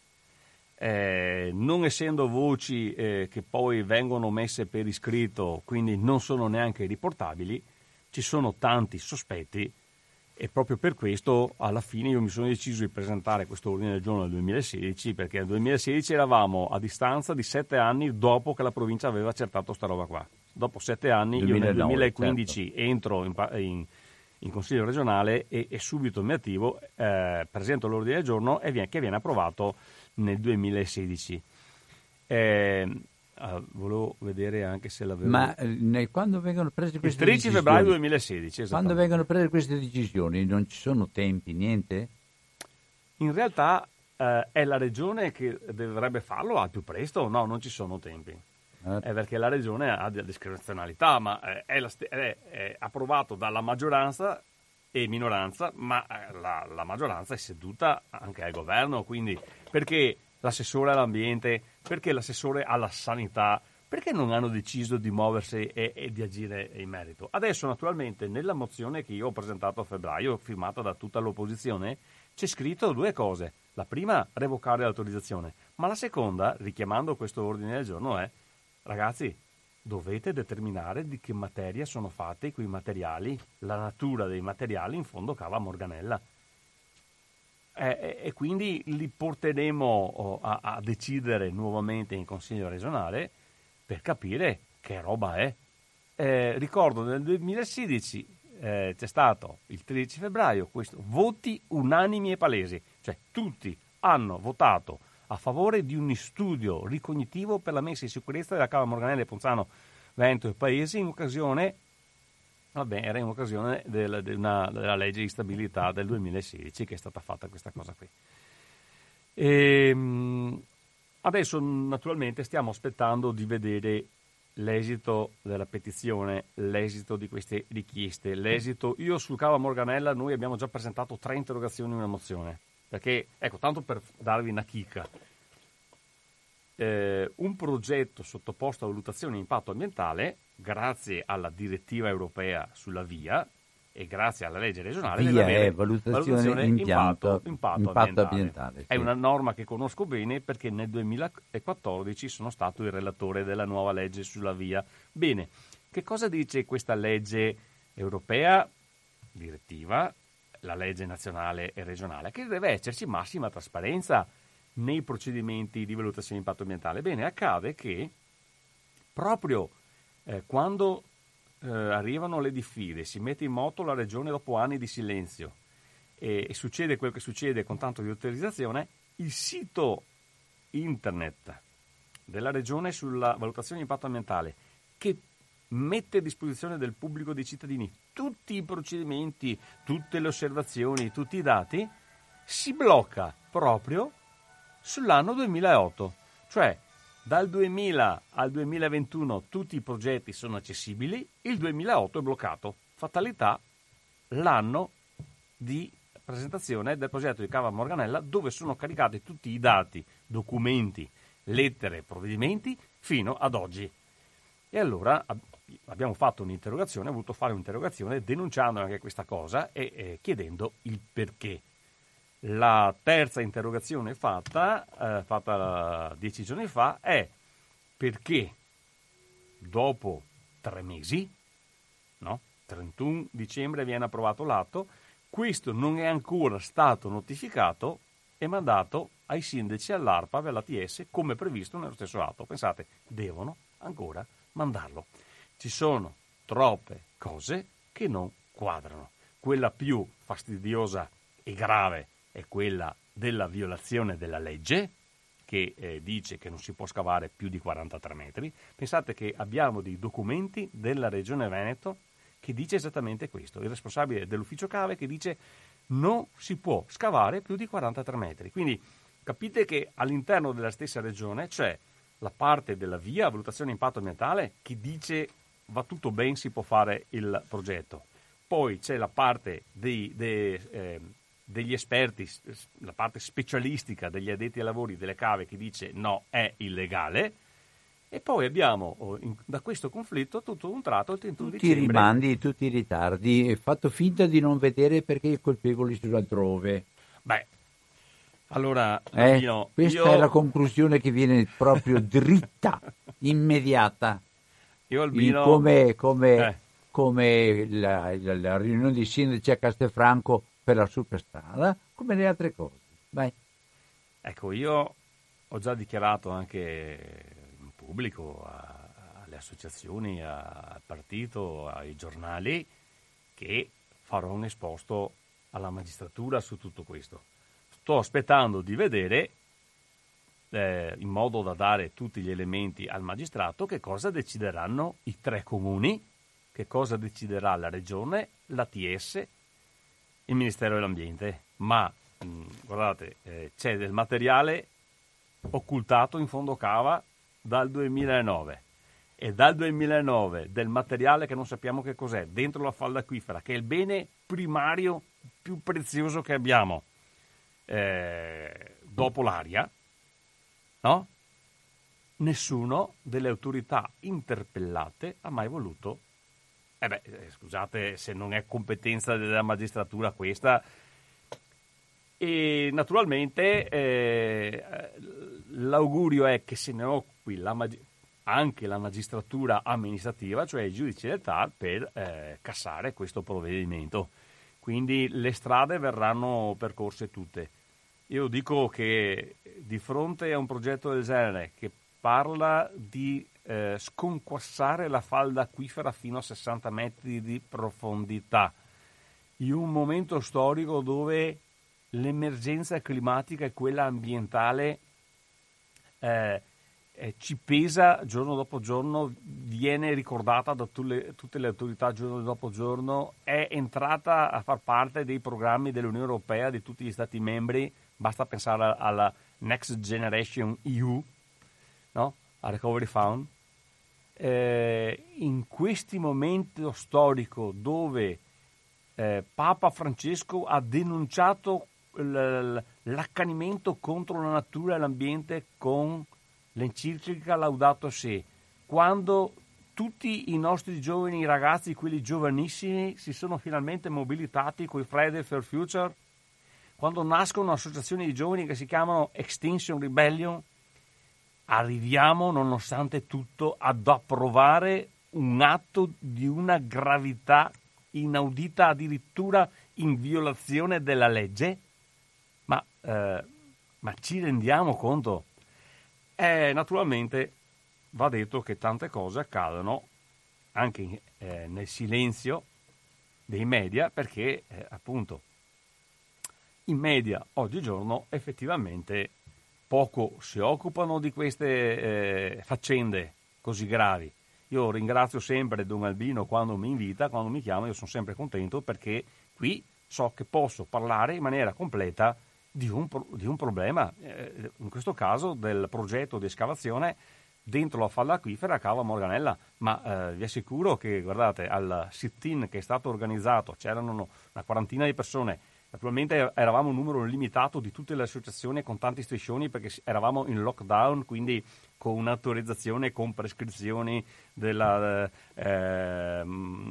eh, non essendo voci eh, che poi vengono messe per iscritto, quindi non sono neanche riportabili, ci sono tanti sospetti e proprio per questo alla fine io mi sono deciso di presentare questo ordine del giorno nel duemilasedici, perché nel duemilasedici eravamo a distanza di sette anni dopo che la provincia aveva accertato sta roba qua. Dopo sette anni duemilanove, io nel duemilaquindici certo. entro in, in, in Consiglio regionale e, e subito mi attivo, eh, presento l'ordine del giorno e viene, che viene approvato nel duemilasedici. Eh, ah, volevo vedere anche se l'avevo... Ma nel, quando vengono prese queste decisioni? Il tredici febbraio duemilasedici, quando vengono prese queste decisioni non ci sono tempi, niente? In realtà eh, è la regione che dovrebbe farlo al più presto, no, non ci sono tempi. Eh. È perché la regione ha della discrezionalità, ma è, è, la, è, è approvato dalla maggioranza e minoranza, ma la, la maggioranza è seduta anche al governo, quindi perché l'assessore all'ambiente, perché l'assessore alla sanità, perché non hanno deciso di muoversi e, e di agire in merito? Adesso naturalmente nella mozione che io ho presentato a febbraio, firmata da tutta l'opposizione, c'è scritto due cose. La prima, revocare l'autorizzazione, ma la seconda, richiamando questo ordine del giorno, è ragazzi, dovete determinare di che materia sono fatti quei materiali, la natura dei materiali in fondo cava Morganella. E, e quindi li porteremo a, a decidere nuovamente in Consiglio regionale per capire che roba è. Eh, ricordo nel duemilasedici eh, c'è stato il tredici febbraio questo voti unanimi e palesi, cioè tutti hanno votato a favore di un studio ricognitivo per la messa in sicurezza della cava Morganella e Ponzano Veneto e Paesi in occasione, vabbè, era in occasione del, de una, della legge di stabilità del duemilasedici che è stata fatta questa cosa qui. E, adesso naturalmente stiamo aspettando di vedere l'esito della petizione, l'esito di queste richieste, l'esito. Io sul cava Morganella noi abbiamo già presentato tre interrogazioni e una mozione. Perché, ecco, tanto per darvi una chicca, eh, un progetto sottoposto a valutazione di impatto ambientale, grazie alla direttiva europea sulla VIA e grazie alla legge regionale, VIA deve avere è valutazione, valutazione impianto, impatto, impatto, impatto ambientale. ambientale sì. È una norma che conosco bene perché nel duemilaquattordici sono stato il relatore della nuova legge sulla VIA. Bene, che cosa dice questa legge europea, direttiva, la legge nazionale e regionale? Che deve esserci massima trasparenza nei procedimenti di valutazione di impatto ambientale. Bene, accade che proprio eh, quando eh, arrivano le diffide, si mette in moto la regione dopo anni di silenzio e, e succede quel che succede con tanto di autorizzazione, il sito internet della regione sulla valutazione di impatto ambientale, che mette a disposizione del pubblico, dei cittadini, tutti i procedimenti, tutte le osservazioni, tutti i dati, si blocca proprio sull'anno duemilaotto. Cioè, dal duemila al duemilaventuno tutti i progetti sono accessibili, il duemilaotto è bloccato. Fatalità, l'anno di presentazione del progetto di cava Morganella, dove sono caricati tutti i dati, documenti, lettere, provvedimenti, fino ad oggi. E allora abbiamo fatto un'interrogazione, ho voluto fare un'interrogazione denunciando anche questa cosa e eh, chiedendo il perché. La terza interrogazione fatta, eh, fatta dieci giorni fa, è perché dopo tre mesi, no? trentuno dicembre viene approvato l'atto, questo non è ancora stato notificato e mandato ai sindaci, all'ARPA e all'A T S come previsto nello stesso atto. Pensate, devono ancora mandarlo. Ci sono troppe cose che non quadrano. Quella più fastidiosa e grave è quella della violazione della legge, che eh, dice che non si può scavare più di quarantatré metri. Pensate che abbiamo dei documenti della Regione Veneto che dice esattamente questo. Il responsabile dell'ufficio cave che dice non si può scavare più di quarantatré metri. Quindi capite che all'interno della stessa regione c'è la parte della VIA, valutazione impatto ambientale, che dice va tutto bene, si può fare il progetto. Poi c'è la parte dei, dei, eh, degli esperti, la parte specialistica degli addetti ai lavori delle cave che dice no, è illegale. E poi abbiamo in, da questo conflitto tutto un tratto il trentuno tutti dicembre. Tutti i rimandi, tutti i ritardi, e fatto finta di non vedere perché i colpevoli sono altrove. Beh, allora, Eh, Albino, questa io, è la conclusione che viene proprio dritta, immediata, io in- Albino, come, come, eh, come la, la- la riunione di sindaci a Castelfranco per la superstrada, come le altre cose. Vai. ecco, io ho già dichiarato anche in pubblico a- alle associazioni, a- al partito, ai giornali, che farò un esposto alla magistratura su tutto questo. Sto aspettando di vedere, eh, in modo da dare tutti gli elementi al magistrato, che cosa decideranno i tre comuni, che cosa deciderà la regione, l'A T S, il Ministero dell'Ambiente. Ma mh, guardate, eh, c'è del materiale occultato in fondo cava dal duemilanove, e dal duemilanove del materiale che non sappiamo che cos'è dentro la falda acquifera, che è il bene primario più prezioso che abbiamo, eh, dopo l'aria, no? Nessuno delle autorità interpellate ha mai voluto. Eh beh, eh, scusate, se non è competenza della magistratura questa. E naturalmente eh, l'augurio è che se ne occupi la mag- anche la magistratura amministrativa, cioè i giudici del T A R, per eh, cassare questo provvedimento. Quindi le strade verranno percorse tutte. Io dico che di fronte a un progetto del genere che parla di eh, sconquassare la falda acquifera fino a sessanta metri di profondità, in un momento storico dove l'emergenza climatica e quella ambientale eh, eh, ci pesa giorno dopo giorno, viene ricordata da tu le, tutte le autorità giorno dopo giorno, è entrata a far parte dei programmi dell'Unione Europea, di tutti gli Stati membri. Basta pensare alla Next Generation E U, no? A Recovery Fund. Eh, in questo momento storico dove eh, Papa Francesco ha denunciato l- l'accanimento contro la natura e l'ambiente con l'enciclica Laudato Si, quando tutti i nostri giovani ragazzi, quelli giovanissimi, si sono finalmente mobilitati con i Friday for Future, quando nascono associazioni di giovani che si chiamano Extinction Rebellion, arriviamo nonostante tutto ad approvare un atto di una gravità inaudita, addirittura in violazione della legge. Ma, eh, ma ci rendiamo conto? Eh, naturalmente va detto che tante cose accadono anche eh, nel silenzio dei media, perché eh, appunto i media oggigiorno effettivamente poco si occupano di queste eh, faccende così gravi. Io ringrazio sempre Don Albino quando mi invita, quando mi chiama, io sono sempre contento, perché qui so che posso parlare in maniera completa di un, di un problema, eh, in questo caso del progetto di escavazione dentro la falda acquifera a Cava Morganella. Ma eh, vi assicuro che, guardate, al sit-in che è stato organizzato c'erano una quarantina di persone. Naturalmente eravamo un numero limitato di tutte le associazioni con tanti striscioni, perché eravamo in lockdown, quindi con un'autorizzazione, con prescrizioni della, eh,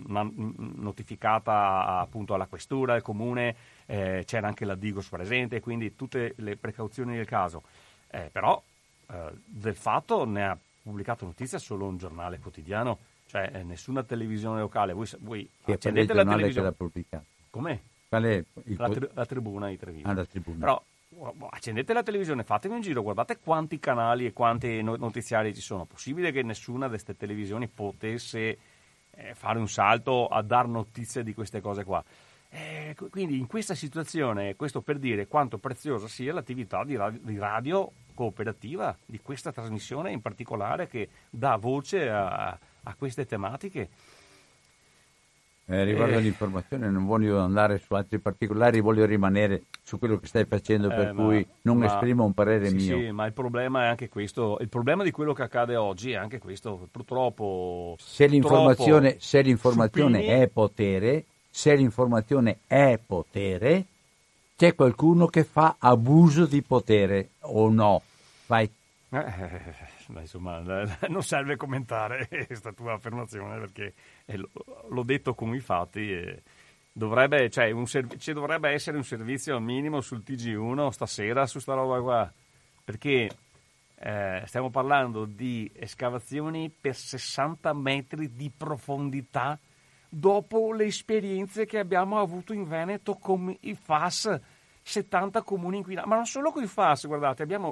notificata appunto alla questura, al comune, eh, c'era anche la Digos presente, quindi tutte le precauzioni del caso. Eh, però eh, del fatto ne ha pubblicato notizia solo un giornale quotidiano, cioè eh, nessuna televisione locale. Voi, voi Che accendete la televisione. che l'ha pubblicato. Com'è? Qual è il La, tri- la tribuna di Treviso. Ah, la tribuna. Però accendete la televisione, fatevi un giro, guardate quanti canali e quanti notiziari ci sono. Possibile che nessuna di queste televisioni potesse eh, fare un salto a dar notizia di queste cose qua? Eh, quindi in questa situazione, questo per dire quanto preziosa sia l'attività di radio, di radio cooperativa, di questa trasmissione in particolare, che dà voce a, a queste tematiche. Eh, riguardo Eh. all'informazione non voglio andare su altri particolari, voglio rimanere su quello che stai facendo, per Eh, ma- cui non ma- esprimo un parere sì, mio. Sì, ma il problema è anche questo. Il problema di quello che accade oggi è anche questo. Purtroppo. Se l'informazione, troppo se l'informazione supini- è potere, se l'informazione è potere, c'è qualcuno che fa abuso di potere o no? Vai. Eh, beh, insomma, non serve commentare questa tua affermazione, perché eh, l'ho detto con i fatti. E dovrebbe, cioè, un serv- ci dovrebbe essere un servizio al minimo sul T G uno stasera su sta roba qua, perché eh, stiamo parlando di escavazioni per sessanta metri di profondità dopo le esperienze che abbiamo avuto in Veneto con i F A S, settanta comuni inquinati, ma non solo con i F A S, guardate, abbiamo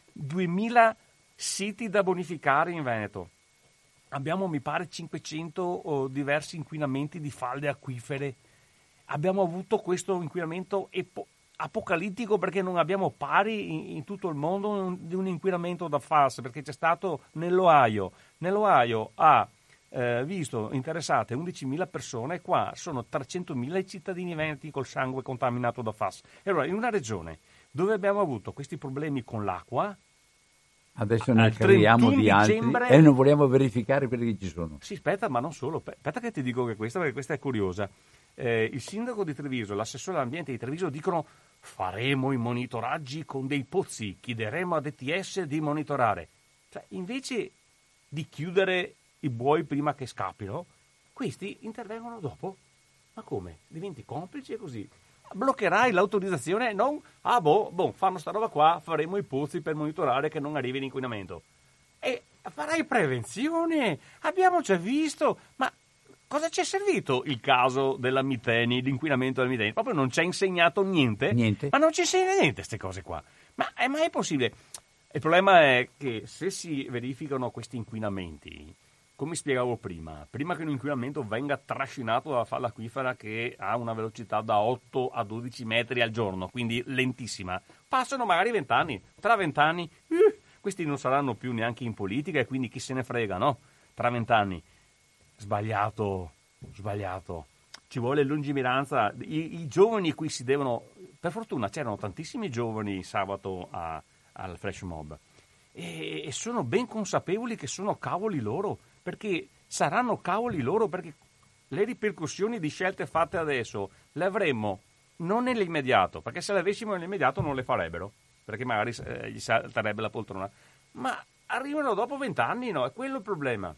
duemila siti da bonificare in Veneto. Abbiamo, mi pare, cinquecento oh, diversi inquinamenti di falde acquifere. Abbiamo avuto questo inquinamento epo- apocalittico perché non abbiamo pari in, in tutto il mondo di un inquinamento da F A S, perché c'è stato nell'Ohio. Nell'Ohio ha eh, visto interessate undicimila persone, qua sono trecentomila i cittadini veneti col sangue contaminato da F A S. E allora, in una regione dove abbiamo avuto questi problemi con l'acqua, adesso ne creiamo di dicembre... altri e non vogliamo verificare quelli che ci sono. Sì, aspetta, ma non solo. Aspetta che ti dico che questa, perché questa è curiosa. Eh, il sindaco di Treviso, l'assessore all'ambiente di Treviso dicono: faremo i monitoraggi con dei pozzi, chiederemo a D T S di monitorare. Cioè, invece di chiudere i buoi prima che scappino, questi intervengono dopo. Ma come? Diventi complice così? Bloccherai l'autorizzazione, non, ah boh, boh, fanno sta roba qua, faremo i pozzi per monitorare che non arrivi l'inquinamento. E farai prevenzione, abbiamo già visto, ma cosa ci è servito il caso della Miteni, l'inquinamento della Miteni? Proprio non ci ha insegnato niente, niente. Ma non ci insegna niente queste cose qua. Ma è mai possibile? Il problema è che se si verificano questi inquinamenti, come spiegavo prima, prima che un inquinamento venga trascinato dalla falla acquifera che ha una velocità da otto a dodici metri al giorno, quindi lentissima, passano magari vent'anni. Tra vent'anni, uh, questi non saranno più neanche in politica e quindi chi se ne frega, no? Tra vent'anni. Sbagliato, sbagliato. Ci vuole lungimiranza. I, i giovani qui si devono... Per fortuna c'erano tantissimi giovani sabato a, al Flash Mob e, e sono ben consapevoli che sono cavoli loro, perché saranno cavoli loro, perché le ripercussioni di scelte fatte adesso le avremmo non nell'immediato, perché se le avessimo nell'immediato non le farebbero, perché magari eh, gli salterebbe la poltrona, ma arrivano dopo vent'anni, no? È quello il problema.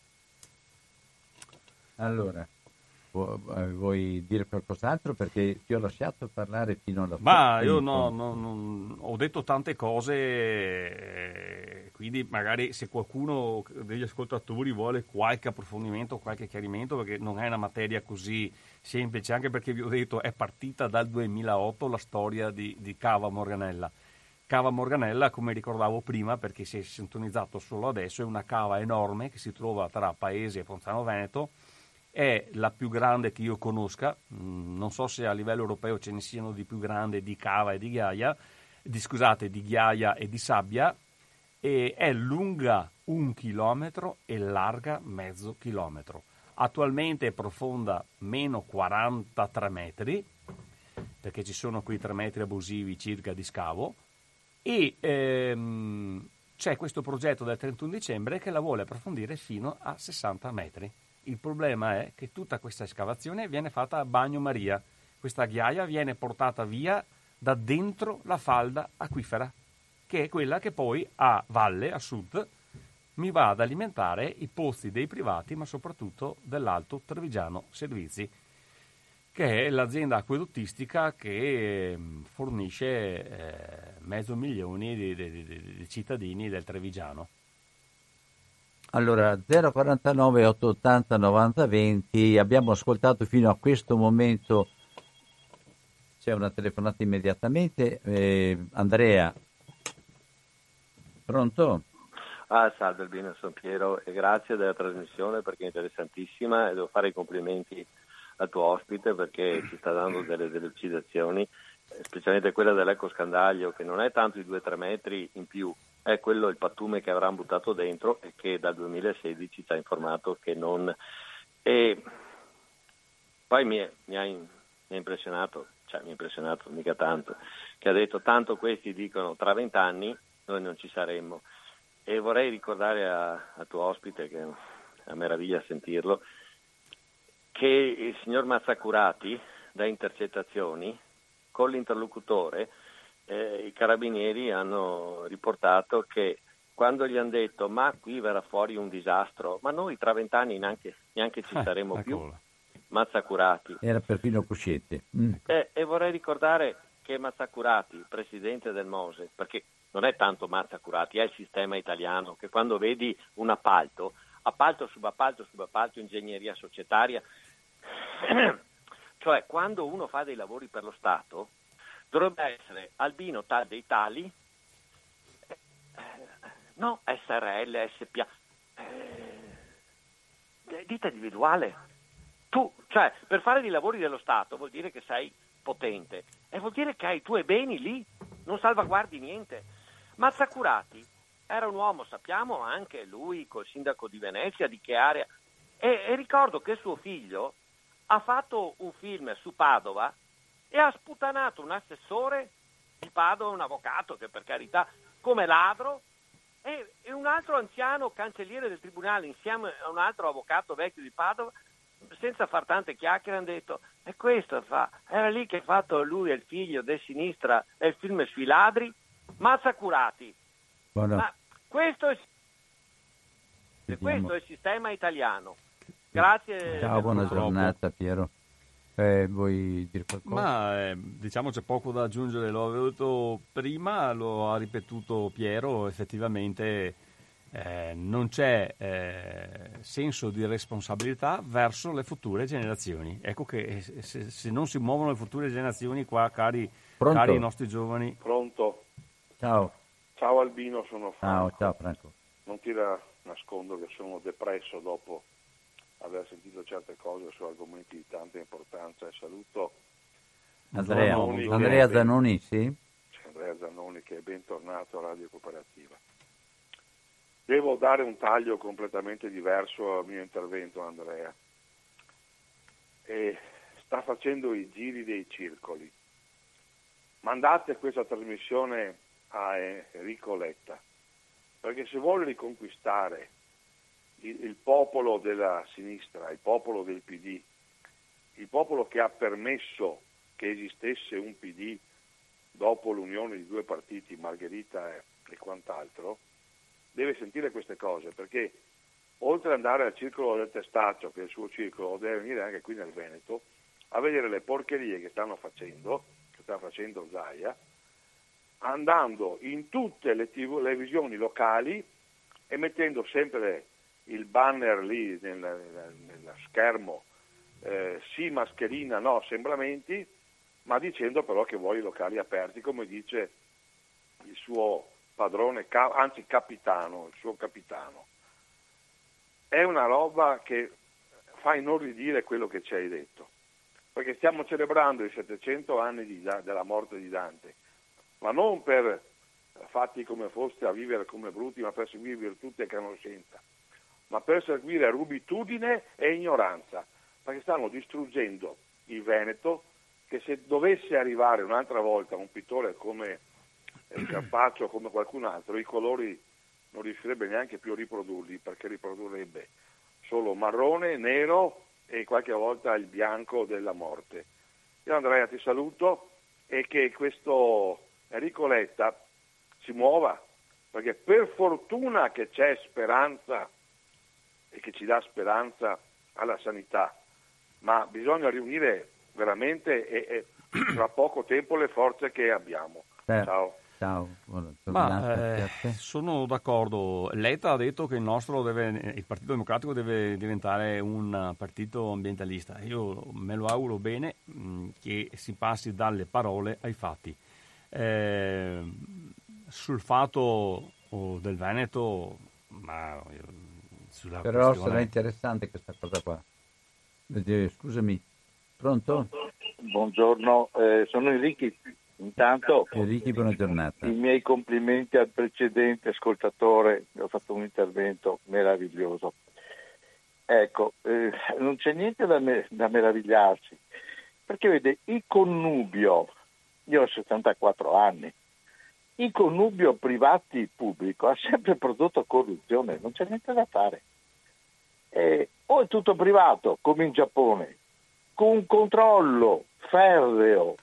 Allora, vuoi dire qualcos'altro? Perché ti ho lasciato parlare fino alla fine. Ma io no, no, no, ho detto tante cose, eh, quindi magari se qualcuno degli ascoltatori vuole qualche approfondimento, qualche chiarimento, perché non è una materia così semplice, anche perché vi ho detto è partita dal duemilaotto la storia di, di Cava Morganella. Cava Morganella, come ricordavo prima, perché si è sintonizzato solo adesso, è una cava enorme che si trova tra Paese e Ponzano Veneto. È la più grande che io conosca, non so se a livello europeo ce ne siano di più grandi di cava e di ghiaia, di, scusate, di ghiaia e di sabbia, e è lunga un chilometro e larga mezzo chilometro. Attualmente è profonda meno quarantatré metri, perché ci sono quei tre metri abusivi circa di scavo, e ehm, c'è questo progetto del trentuno dicembre che la vuole approfondire fino a sessanta metri. Il problema è che tutta questa escavazione viene fatta a bagnomaria. Questa ghiaia viene portata via da dentro la falda acquifera, che è quella che poi a valle, a sud, mi va ad alimentare i pozzi dei privati, ma soprattutto dell'Alto Trevigiano Servizi, che è l'azienda acquedottistica che fornisce eh, mezzo milione di, di, di, di cittadini del Trevigiano. Allora, zero quarantanove ottocentottanta novanta venti, abbiamo ascoltato fino a questo momento, c'è una telefonata immediatamente, eh, Andrea, pronto? Ah, salve Albino, sono Piero e grazie della trasmissione perché è interessantissima e devo fare i complimenti al tuo ospite perché ci sta dando delle delucidazioni, specialmente quella dell'ecoscandaglio, che non è tanto i due o tre metri in più, è quello il pattume che avranno buttato dentro e che dal duemilasedici ci ha informato che non... E poi mi, è, mi, ha, mi ha impressionato, cioè mi ha impressionato mica tanto, che ha detto tanto questi dicono tra vent'anni noi non ci saremmo. E vorrei ricordare a, a tuo ospite, che è una meraviglia sentirlo, che il signor Mazzacurati da intercettazioni con l'interlocutore Eh, i carabinieri hanno riportato che quando gli hanno detto ma qui verrà fuori un disastro, ma noi tra vent'anni neanche, neanche ci saremo eh, più, Mazzacurati. Era perfino cosciente. Mm. E, e vorrei ricordare che Mazzacurati, presidente del Mose, perché non è tanto Mazzacurati, è il sistema italiano, che quando vedi un appalto, appalto, subappalto, subappalto, ingegneria societaria, cioè quando uno fa dei lavori per lo Stato, dovrebbe essere Albino tal dei tali, eh, no, S R L, S P A, eh, ditta individuale. Tu, cioè, per fare dei lavori dello Stato vuol dire che sei potente e vuol dire che hai i tuoi beni lì, non salvaguardi niente. Mazzacurati era un uomo, sappiamo anche lui col sindaco di Venezia di che area, e, e ricordo che suo figlio ha fatto un film su Padova e ha sputanato un assessore di Padova, un avvocato che per carità come ladro, e, e un altro anziano cancelliere del tribunale insieme a un altro avvocato vecchio di Padova, senza far tante chiacchiere, hanno detto e questo fa, era lì che ha fatto lui e il figlio del sinistra e il film sui ladri. Mazzacurati. Buono. Ma questo è, questo è il sistema italiano. Grazie. Ciao, buona giornata Piero. Eh, vuoi dire qualcosa? Ma eh, diciamo c'è poco da aggiungere, l'ho detto prima, lo ha ripetuto Piero, effettivamente eh, non c'è eh, senso di responsabilità verso le future generazioni. Ecco che se, se non si muovono le future generazioni qua, cari, cari i nostri giovani. Pronto? Ciao. Ciao Albino, sono Franco. Ciao, ciao Franco. Non ti nascondo che sono depresso dopo aver sentito certe cose su argomenti di tanta importanza, e saluto Andrea Zanoni, Andrea ben, Zanoni, sì? Andrea Zanoni, che è bentornato a Radio Cooperativa. Devo dare un taglio completamente diverso al mio intervento, Andrea. E sta facendo i giri dei circoli. Mandate questa trasmissione a Enrico Letta, perché se vuole riconquistare il, il popolo della sinistra, il popolo del P D, il popolo che ha permesso che esistesse un P D dopo l'unione di due partiti, Margherita e, e quant'altro, deve sentire queste cose, perché oltre ad andare al circolo del Testaccio, che è il suo circolo, deve venire anche qui nel Veneto a vedere le porcherie che stanno facendo, che sta facendo Zaia, andando in tutte le televisioni locali e mettendo sempre il banner lì nel, nel, nello schermo, eh, sì mascherina, no assembramenti, ma dicendo però che vuole i locali aperti, come dice il suo padrone, anzi capitano, il suo capitano. È una roba che fa inorridire quello che ci hai detto, perché stiamo celebrando i settecento anni di, della morte di Dante, ma non per fatti come foste a vivere come bruti, ma per seguire virtù e conoscenza, ma per seguire rubitudine e ignoranza, perché stanno distruggendo il Veneto, che se dovesse arrivare un'altra volta un pittore come il Carpaccio o come qualcun altro, i colori non riuscirebbe neanche più a riprodurli, perché riprodurrebbe solo marrone, nero e qualche volta il bianco della morte. Io Andrea ti saluto e che questo Enrico Letta si muova, perché per fortuna che c'è speranza e che ci dà speranza alla sanità, ma bisogna riunire veramente e, e tra poco tempo le forze che abbiamo. Certo. Ciao. Ciao. Buona Ma eh, sono d'accordo. Letta ha detto che il nostro deve, il Partito Democratico deve diventare un partito ambientalista. Io me lo auguro bene mh, che si passi dalle parole ai fatti. Eh, sul fatto oh, del Veneto, ma sulla però questione... sarà interessante questa cosa qua. Scusami, pronto? Buongiorno, eh, sono Enrico. Intanto Enrico, buona giornata. I miei complimenti al precedente ascoltatore, che ha fatto un intervento meraviglioso. Ecco, eh, non c'è niente da, me- da meravigliarsi, perché vede, il connubio, io ho settantaquattro anni, il connubio privati-pubblico ha sempre prodotto corruzione, non c'è niente da fare. Eh, o è tutto privato, come in Giappone, con un controllo ferreo,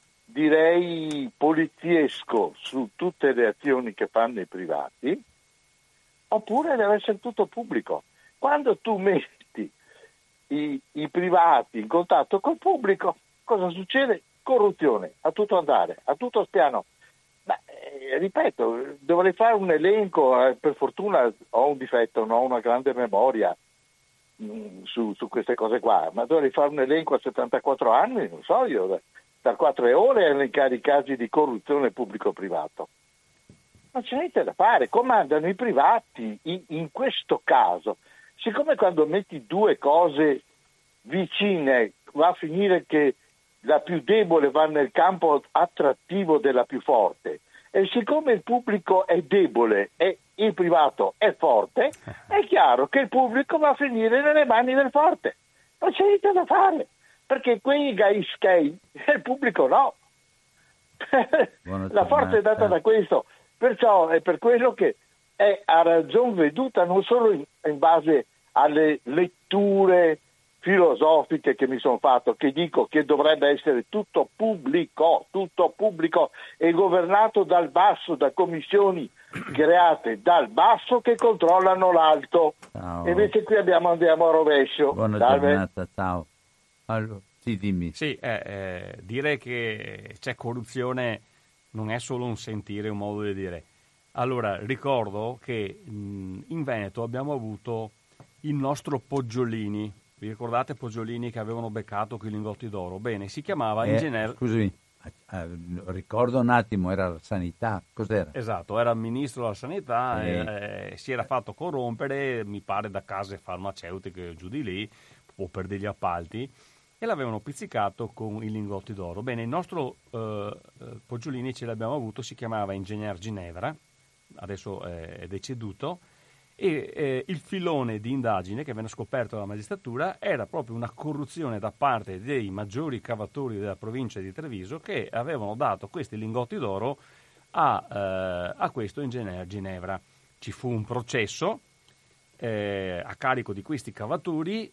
direi poliziesco, su tutte le azioni che fanno i privati, oppure deve essere tutto pubblico. Quando tu metti i, i privati in contatto col pubblico, cosa succede? Corruzione, a tutto andare, a tutto spiano. Beh, eh, ripeto, dovrei fare un elenco, eh, per fortuna ho un difetto, non ho una grande memoria mh, su, su queste cose qua, ma dovrei fare un elenco a settantaquattro anni, non so io, da, da quattro ore a elencare i casi di corruzione pubblico-privato. Non c'è niente da fare, comandano i privati in, in questo caso. Siccome quando metti due cose vicine va a finire che la più debole va nel campo attrattivo della più forte, e siccome il pubblico è debole e il privato è forte, è chiaro che il pubblico va a finire nelle mani del forte. Non c'è niente da fare, perché quei gaiskei il pubblico no. La forza è data da questo. Perciò è per quello che è a ragion veduta, non solo in, in base alle letture filosofiche che mi sono fatto, che dico che dovrebbe essere tutto pubblico, tutto pubblico e governato dal basso, da commissioni create dal basso che controllano l'alto. Ciao. E invece qui abbiamo, andiamo a rovescio. Buona Salve. giornata, ciao. Allora, sì, dimmi. Sì, eh, eh, dire che c'è corruzione non è solo un sentire, un modo di dire. Allora, ricordo che mh, in Veneto abbiamo avuto il nostro Poggiolini. Vi ricordate Poggiolini che avevano beccato quei lingotti d'oro? Bene, si chiamava Eh, Ingegner... Scusami, eh, ricordo un attimo, era la sanità, cos'era? Esatto, era il ministro della sanità, Eh. eh, eh, si era fatto corrompere, mi pare da case farmaceutiche giù di lì, o per degli appalti, e l'avevano pizzicato con i lingotti d'oro. Bene, il nostro eh, Poggiolini ce l'abbiamo avuto, si chiamava Ingegner Ginevra, adesso è, è deceduto, e eh, il filone di indagine che venne scoperto dalla magistratura era proprio una corruzione da parte dei maggiori cavatori della provincia di Treviso che avevano dato questi lingotti d'oro a, eh, a questo Ingegner Ginevra. Ci fu un processo eh, a carico di questi cavatori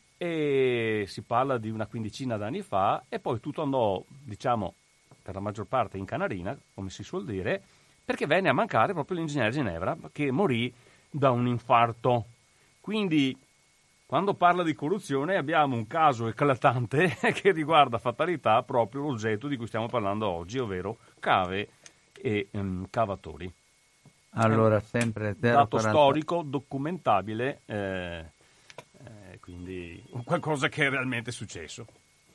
e si parla di una quindicina d'anni fa, e poi tutto andò, diciamo, per la maggior parte in canarina, come si suol dire, perché venne a mancare proprio l'Ingegner Ginevra, che morì da un infarto. Quindi quando parla di corruzione abbiamo un caso eclatante che riguarda fatalità proprio l'oggetto di cui stiamo parlando oggi, ovvero cave e um, cavatori. Allora, sempre zero dato quaranta storico, documentabile, eh, eh, quindi qualcosa che è realmente successo.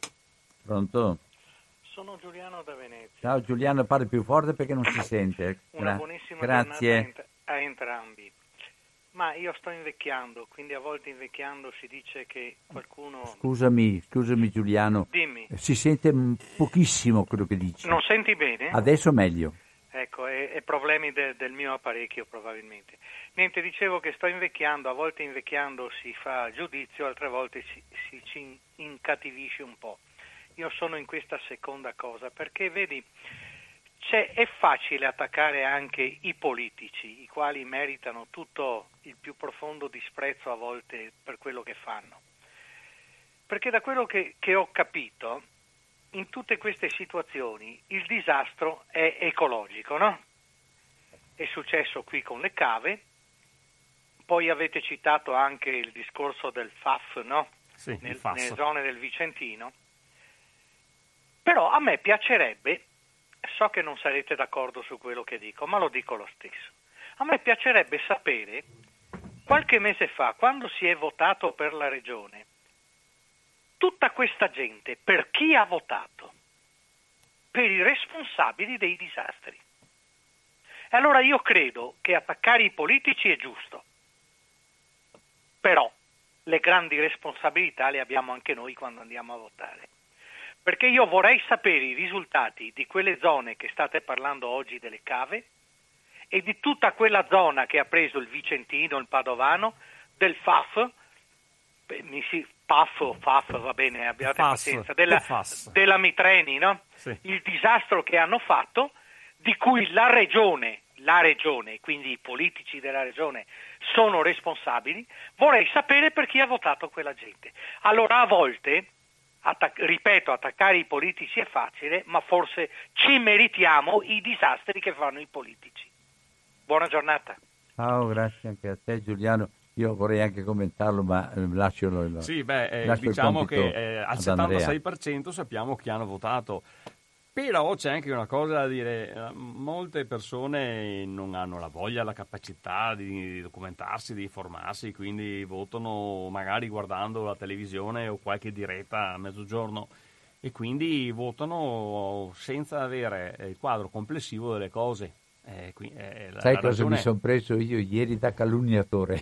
Pronto? Sono Giuliano da Venezia. Ciao Giuliano, parli più forte perché non si sente. Una Gra- buonissima Grazie. giornata a, ent- a entrambi. Ma io sto invecchiando, quindi a volte invecchiando si dice che qualcuno... Scusami, scusami Giuliano. Dimmi. Si sente m- pochissimo quello che dici. Non senti bene? Adesso meglio. Ecco, è, è problemi de- del mio apparecchio probabilmente. Niente, dicevo che sto invecchiando, a volte invecchiando si fa giudizio, altre volte si, si ci incattivisce un po'. Io sono in questa seconda cosa, perché vedi, c'è, è facile attaccare anche i politici, i quali meritano tutto il più profondo disprezzo a volte per quello che fanno. Perché da quello che, che ho capito, in tutte queste situazioni il disastro è ecologico, no? È successo qui con le cave, poi avete citato anche il discorso del F A F, no? Sì, Nel, il F A S. nelle zone del Vicentino. Però a me piacerebbe, so che non sarete d'accordo su quello che dico, ma lo dico lo stesso. A me piacerebbe sapere, qualche mese fa, quando si è votato per la regione, tutta questa gente, per chi ha votato? Per i responsabili dei disastri. E allora io credo che attaccare i politici è giusto, però le grandi responsabilità le abbiamo anche noi quando andiamo a votare. Perché io vorrei sapere i risultati di quelle zone che state parlando oggi delle cave e di tutta quella zona che ha preso il Vicentino, il Padovano, del F A F, mi si, P A F o F A F, va bene, abbiate F A S, pazienza, della, F A S. della Mitreni, no? Sì. Il disastro che hanno fatto, di cui la regione, la regione, quindi i politici della regione sono responsabili, vorrei sapere per chi ha votato quella gente. Allora a volte... Attac- ripeto, attaccare i politici è facile, ma forse ci meritiamo i disastri che fanno i politici. Buona giornata. Ciao, grazie anche a te Giuliano. io vorrei anche commentarlo, ma eh, lascio, il, sì, beh, eh, lascio diciamo il che eh, al settantasei per cento sappiamo chi hanno votato. Però c'è anche una cosa da dire, molte persone non hanno la voglia, la capacità di documentarsi, di informarsi, quindi votano magari guardando la televisione o qualche diretta a mezzogiorno e quindi votano senza avere il quadro complessivo delle cose. Eh, qui, eh, la, Sai la cosa ragione... mi sono preso io ieri da calunniatore?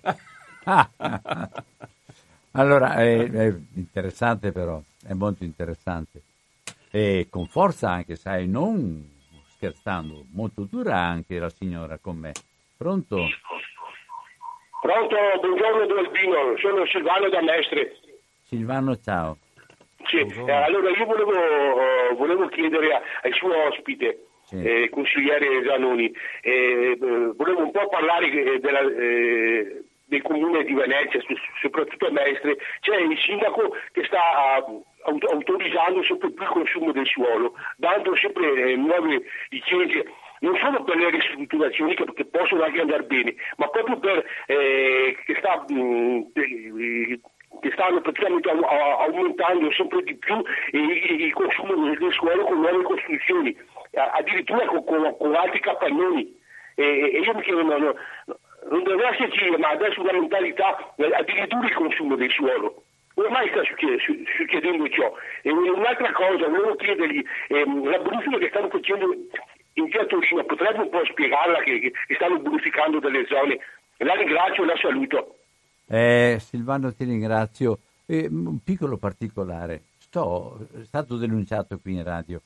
Allora, è, è interessante però, è molto interessante. E con forza anche, sai, non scherzando, molto dura anche la signora con me. Pronto? Pronto, buongiorno Albino, sono Silvano da Mestre. Silvano, ciao. Sì, eh, allora io volevo, uh, volevo chiedere a, al suo ospite, sì. eh, consigliere Zanoni, eh, volevo un po' parlare della... Eh, del comune di Venezia, soprattutto a Mestre. C'è il sindaco che sta autorizzando sempre più il consumo del suolo, dando sempre eh, nuove licenze, non solo per le ristrutturazioni che, che possono anche andare bene, ma proprio per eh, che, sta, mh, eh, che stanno praticamente aumentando sempre di più il, il consumo del, del suolo con nuove costruzioni, addirittura con, con, con altri capannoni. E, e io mi chiedo, no, no, non deve esserci, ma adesso una mentalità addirittura il consumo del suolo. Ormai sta succedendo ciò. E un'altra cosa, volevo chiedergli, ehm, la bonifica che stanno facendo in via Torino, potrebbe un po' spiegarla che, che stanno bonificando delle zone? La ringrazio e la saluto. Eh, Silvano, ti ringrazio. Eh, un piccolo particolare. Sto, è stato denunciato qui in radio,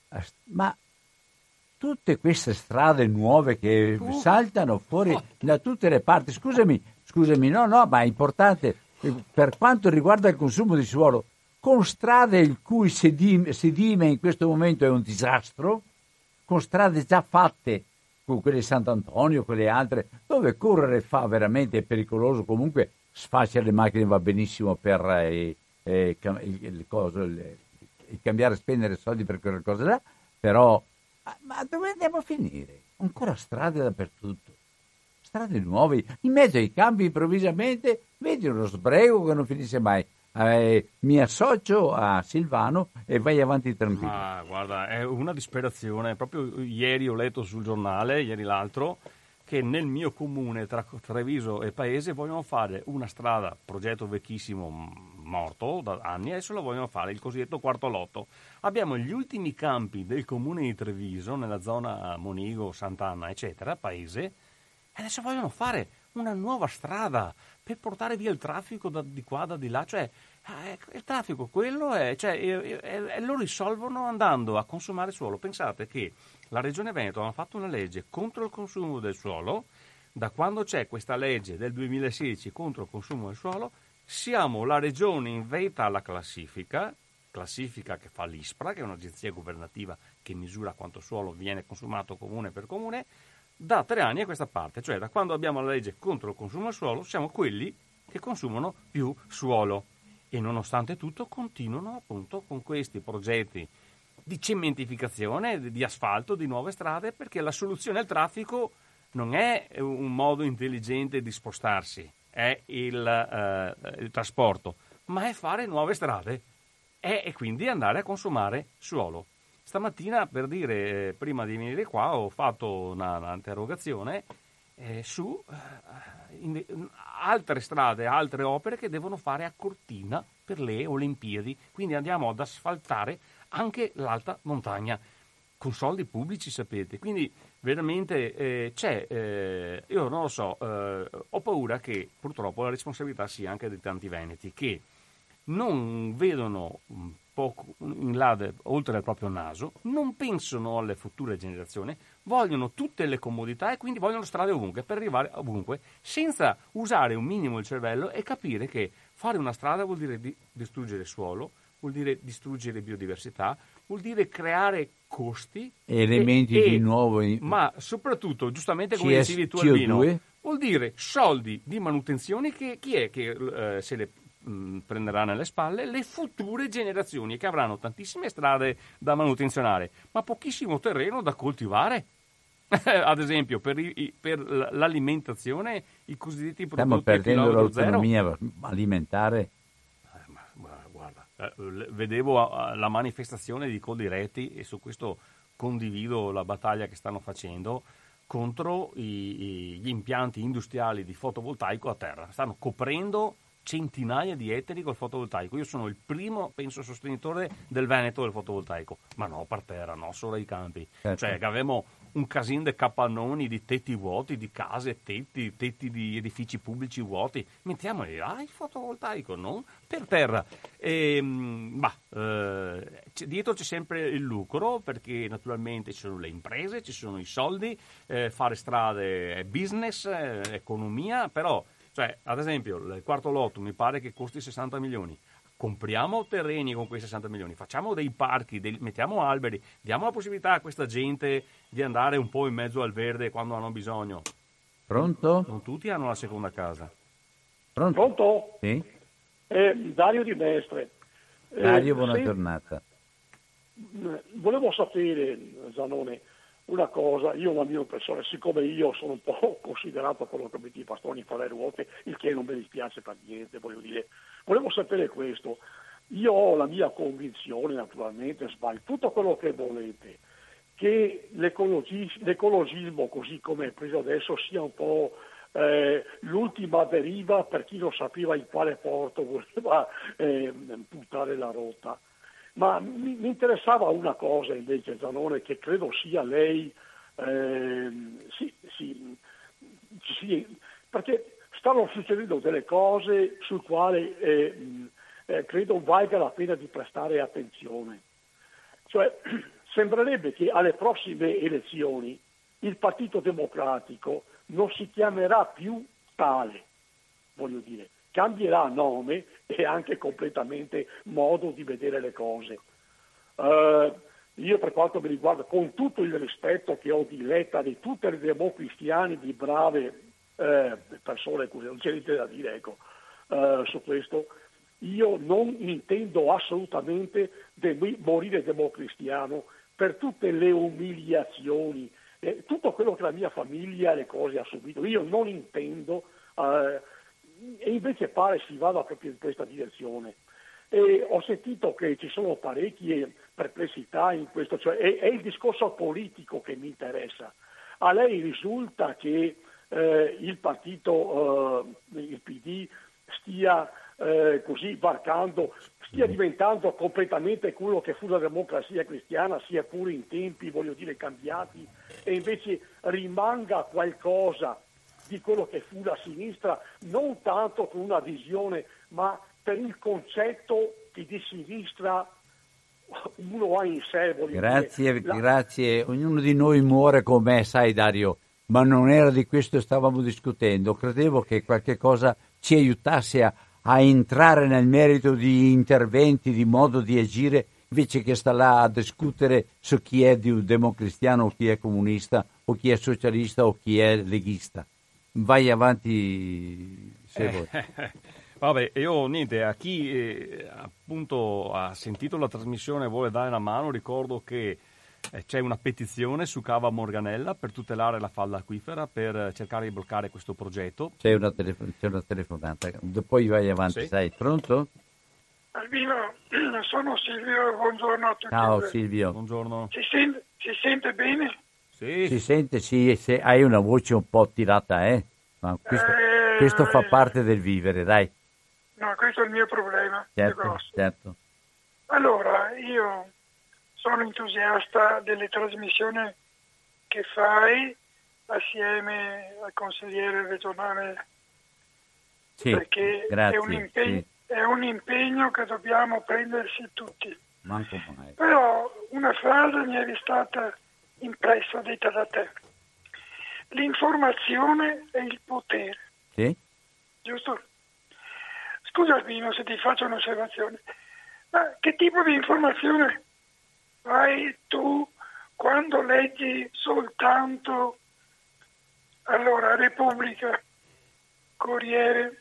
ma tutte queste strade nuove che uh. saltano fuori oh. da tutte le parti, scusami, scusami, no, no, ma è importante per quanto riguarda il consumo di suolo, con strade il cui sedime, sedime in questo momento è un disastro, con strade già fatte, con quelle di Sant'Antonio, quelle altre, dove correre fa veramente pericoloso, comunque sfascia le macchine va benissimo per eh, eh, il, il, coso, il, il cambiare, spendere soldi per quelle cose là, però ma dove andiamo a finire? Ancora strade dappertutto, strade nuove, in mezzo ai campi improvvisamente vedi uno sbrego che non finisce mai. Eh, mi associo a Silvano e vai avanti tranquillo. Ma guarda, è una disperazione. Proprio ieri ho letto sul giornale, ieri l'altro, che nel mio comune tra Treviso e Paese vogliono fare una strada, progetto vecchissimo, morto da anni, adesso lo vogliono fare, il cosiddetto quarto lotto. Abbiamo gli ultimi campi del comune di Treviso, nella zona Monigo, Sant'Anna, eccetera, Paese, e adesso vogliono fare una nuova strada per portare via il traffico da, di qua, da di là, cioè eh, il traffico quello è, cioè, e, e, e lo risolvono andando a consumare suolo. Pensate che la Regione Veneto ha fatto una legge contro il consumo del suolo. Da quando c'è questa legge del duemilasedici contro il consumo del suolo, siamo la regione in vetta alla classifica, classifica che fa l'ISPRA, che è un'agenzia governativa che misura quanto suolo viene consumato comune per comune, da tre anni a questa parte, cioè da quando abbiamo la legge contro il consumo del suolo, siamo quelli che consumano più suolo. E nonostante tutto continuano appunto con questi progetti di cementificazione, di asfalto, di nuove strade, perché la soluzione al traffico non è un modo intelligente di spostarsi, è il, eh, il trasporto, ma è fare nuove strade e, e quindi andare a consumare suolo. Stamattina, per dire, prima di venire qua, ho fatto una, una interrogazione eh, su eh, in, altre strade, altre opere che devono fare a Cortina per le Olimpiadi. Quindi andiamo ad asfaltare anche l'alta montagna con soldi pubblici, sapete. Quindi veramente eh, c'è, eh, io non lo so, eh, ho paura che purtroppo la responsabilità sia anche di tanti veneti che non vedono un poco in là de, oltre al proprio naso, non pensano alle future generazioni, vogliono tutte le comodità e quindi vogliono strade ovunque per arrivare ovunque, senza usare un minimo il cervello e capire che fare una strada vuol dire di distruggere suolo, vuol dire distruggere biodiversità, vuol dire creare costi, elementi e, di e, nuovo, in... ma soprattutto, giustamente come dicevi tu Albino, vuol dire soldi di manutenzione che chi è che eh, se le mh, prenderà nelle spalle? Le future generazioni, che avranno tantissime strade da manutenzionare, ma pochissimo terreno da coltivare. Ad esempio, per, i, per l'alimentazione, i cosiddetti prodotti stiamo perdendo l'autonomia zero. alimentare. Eh, ma, ma guarda, eh, vedevo la manifestazione di Coldiretti e su questo condivido la battaglia che stanno facendo contro i, i, gli impianti industriali di fotovoltaico a terra. Stanno coprendo centinaia di ettari col fotovoltaico. Io sono il primo, penso, sostenitore del Veneto del fotovoltaico, ma no per terra, no, solo ai campi. Certo. Cioè che avevamo un casino di capannoni, di tetti vuoti, di case, tetti, tetti di edifici pubblici vuoti. Mettiamoli là il fotovoltaico, non per terra. E, bah, eh, c'è, dietro c'è sempre il lucro, perché naturalmente ci sono le imprese, ci sono i soldi, eh, fare strade è business, è economia, però, cioè, ad esempio, il quarto lotto mi pare che costi sessanta milioni. Compriamo terreni con quei sessanta milioni, facciamo dei parchi, dei, mettiamo alberi, diamo la possibilità a questa gente di andare un po' in mezzo al verde quando hanno bisogno. Pronto? Non tutti hanno la seconda casa. Pronto? Pronto? Sì. Eh, Dario di Mestre. Eh, Dario, buona se... giornata. Volevo sapere, Zanone, una cosa. Io la mia impressione, siccome io sono un po' considerato quello che metti i pastoni fra le ruote, il che non mi dispiace per niente, voglio dire, volevo sapere questo. Io ho la mia convinzione, naturalmente, sbaglio tutto quello che volete, che l'ecologismo, l'ecologismo così come è preso adesso sia un po' eh, l'ultima deriva per chi non sapeva in quale porto voleva eh, puntare la rotta. Ma mi, mi interessava una cosa invece, Zanone, che credo sia lei, eh, sì, sì, sì, perché stanno succedendo delle cose sul quale eh, eh, credo valga la pena di prestare attenzione. Cioè, sembrerebbe che alle prossime elezioni il Partito Democratico non si chiamerà più tale, voglio dire, cambierà nome e anche completamente modo di vedere le cose. Uh, io per quanto mi riguarda, con tutto il rispetto che ho di Letta, di tutte le democristiane, di brave eh, persone, non c'è niente da dire, ecco, uh, su questo, io non intendo assolutamente de- morire democristiano per tutte le umiliazioni, eh, tutto quello che la mia famiglia, le cose ha subito. Io non intendo, uh, e invece pare si vada proprio in questa direzione. E ho sentito che ci sono parecchie perplessità in questo, cioè è, è il discorso politico che mi interessa. A lei risulta che eh, il partito, eh, il P D, stia eh, così varcando, stia diventando completamente quello che fu la democrazia cristiana, sia pure in tempi, voglio dire, cambiati, e invece rimanga qualcosa di quello che fu la sinistra, non tanto con una visione, ma per il concetto che di sinistra uno ha in sé. Grazie, dire. La... grazie. Ognuno di noi muore con me, sai Dario, ma non era di questo stavamo discutendo. Credevo che qualche cosa ci aiutasse a, a entrare nel merito di interventi, di modo di agire, invece che sta là a discutere su chi è di un democristiano o chi è comunista o chi è socialista o chi è leghista. Vai avanti se vuoi. Vabbè, io niente, a chi eh, appunto ha sentito la trasmissione e vuole dare una mano, ricordo che eh, c'è una petizione su Cava Morganella per tutelare la falla acquifera, per cercare di bloccare questo progetto. C'è una, telefon- c'è una telefonata, poi vai avanti, sì. Sai, pronto? Albino, sono Silvio, buongiorno a tutti. Ciao Silvio. Buongiorno. Si sente, si sente bene? Sì. Si sente, sì, se hai una voce un po' tirata, eh? Ma questo, eh, questo fa parte del vivere, dai. No, questo è il mio problema. Certo, certo. Allora, io sono entusiasta delle trasmissioni che fai assieme al consigliere regionale, sì, perché grazie, è, un impegno, sì. è un impegno che dobbiamo prendersi tutti. Manco mai. Però una frase mi è stata impressa, detta da te. L'informazione è il potere. Sì? Giusto? Scusa Albino se ti faccio un'osservazione, ma che tipo di informazione hai tu quando leggi soltanto, allora, Repubblica, Corriere,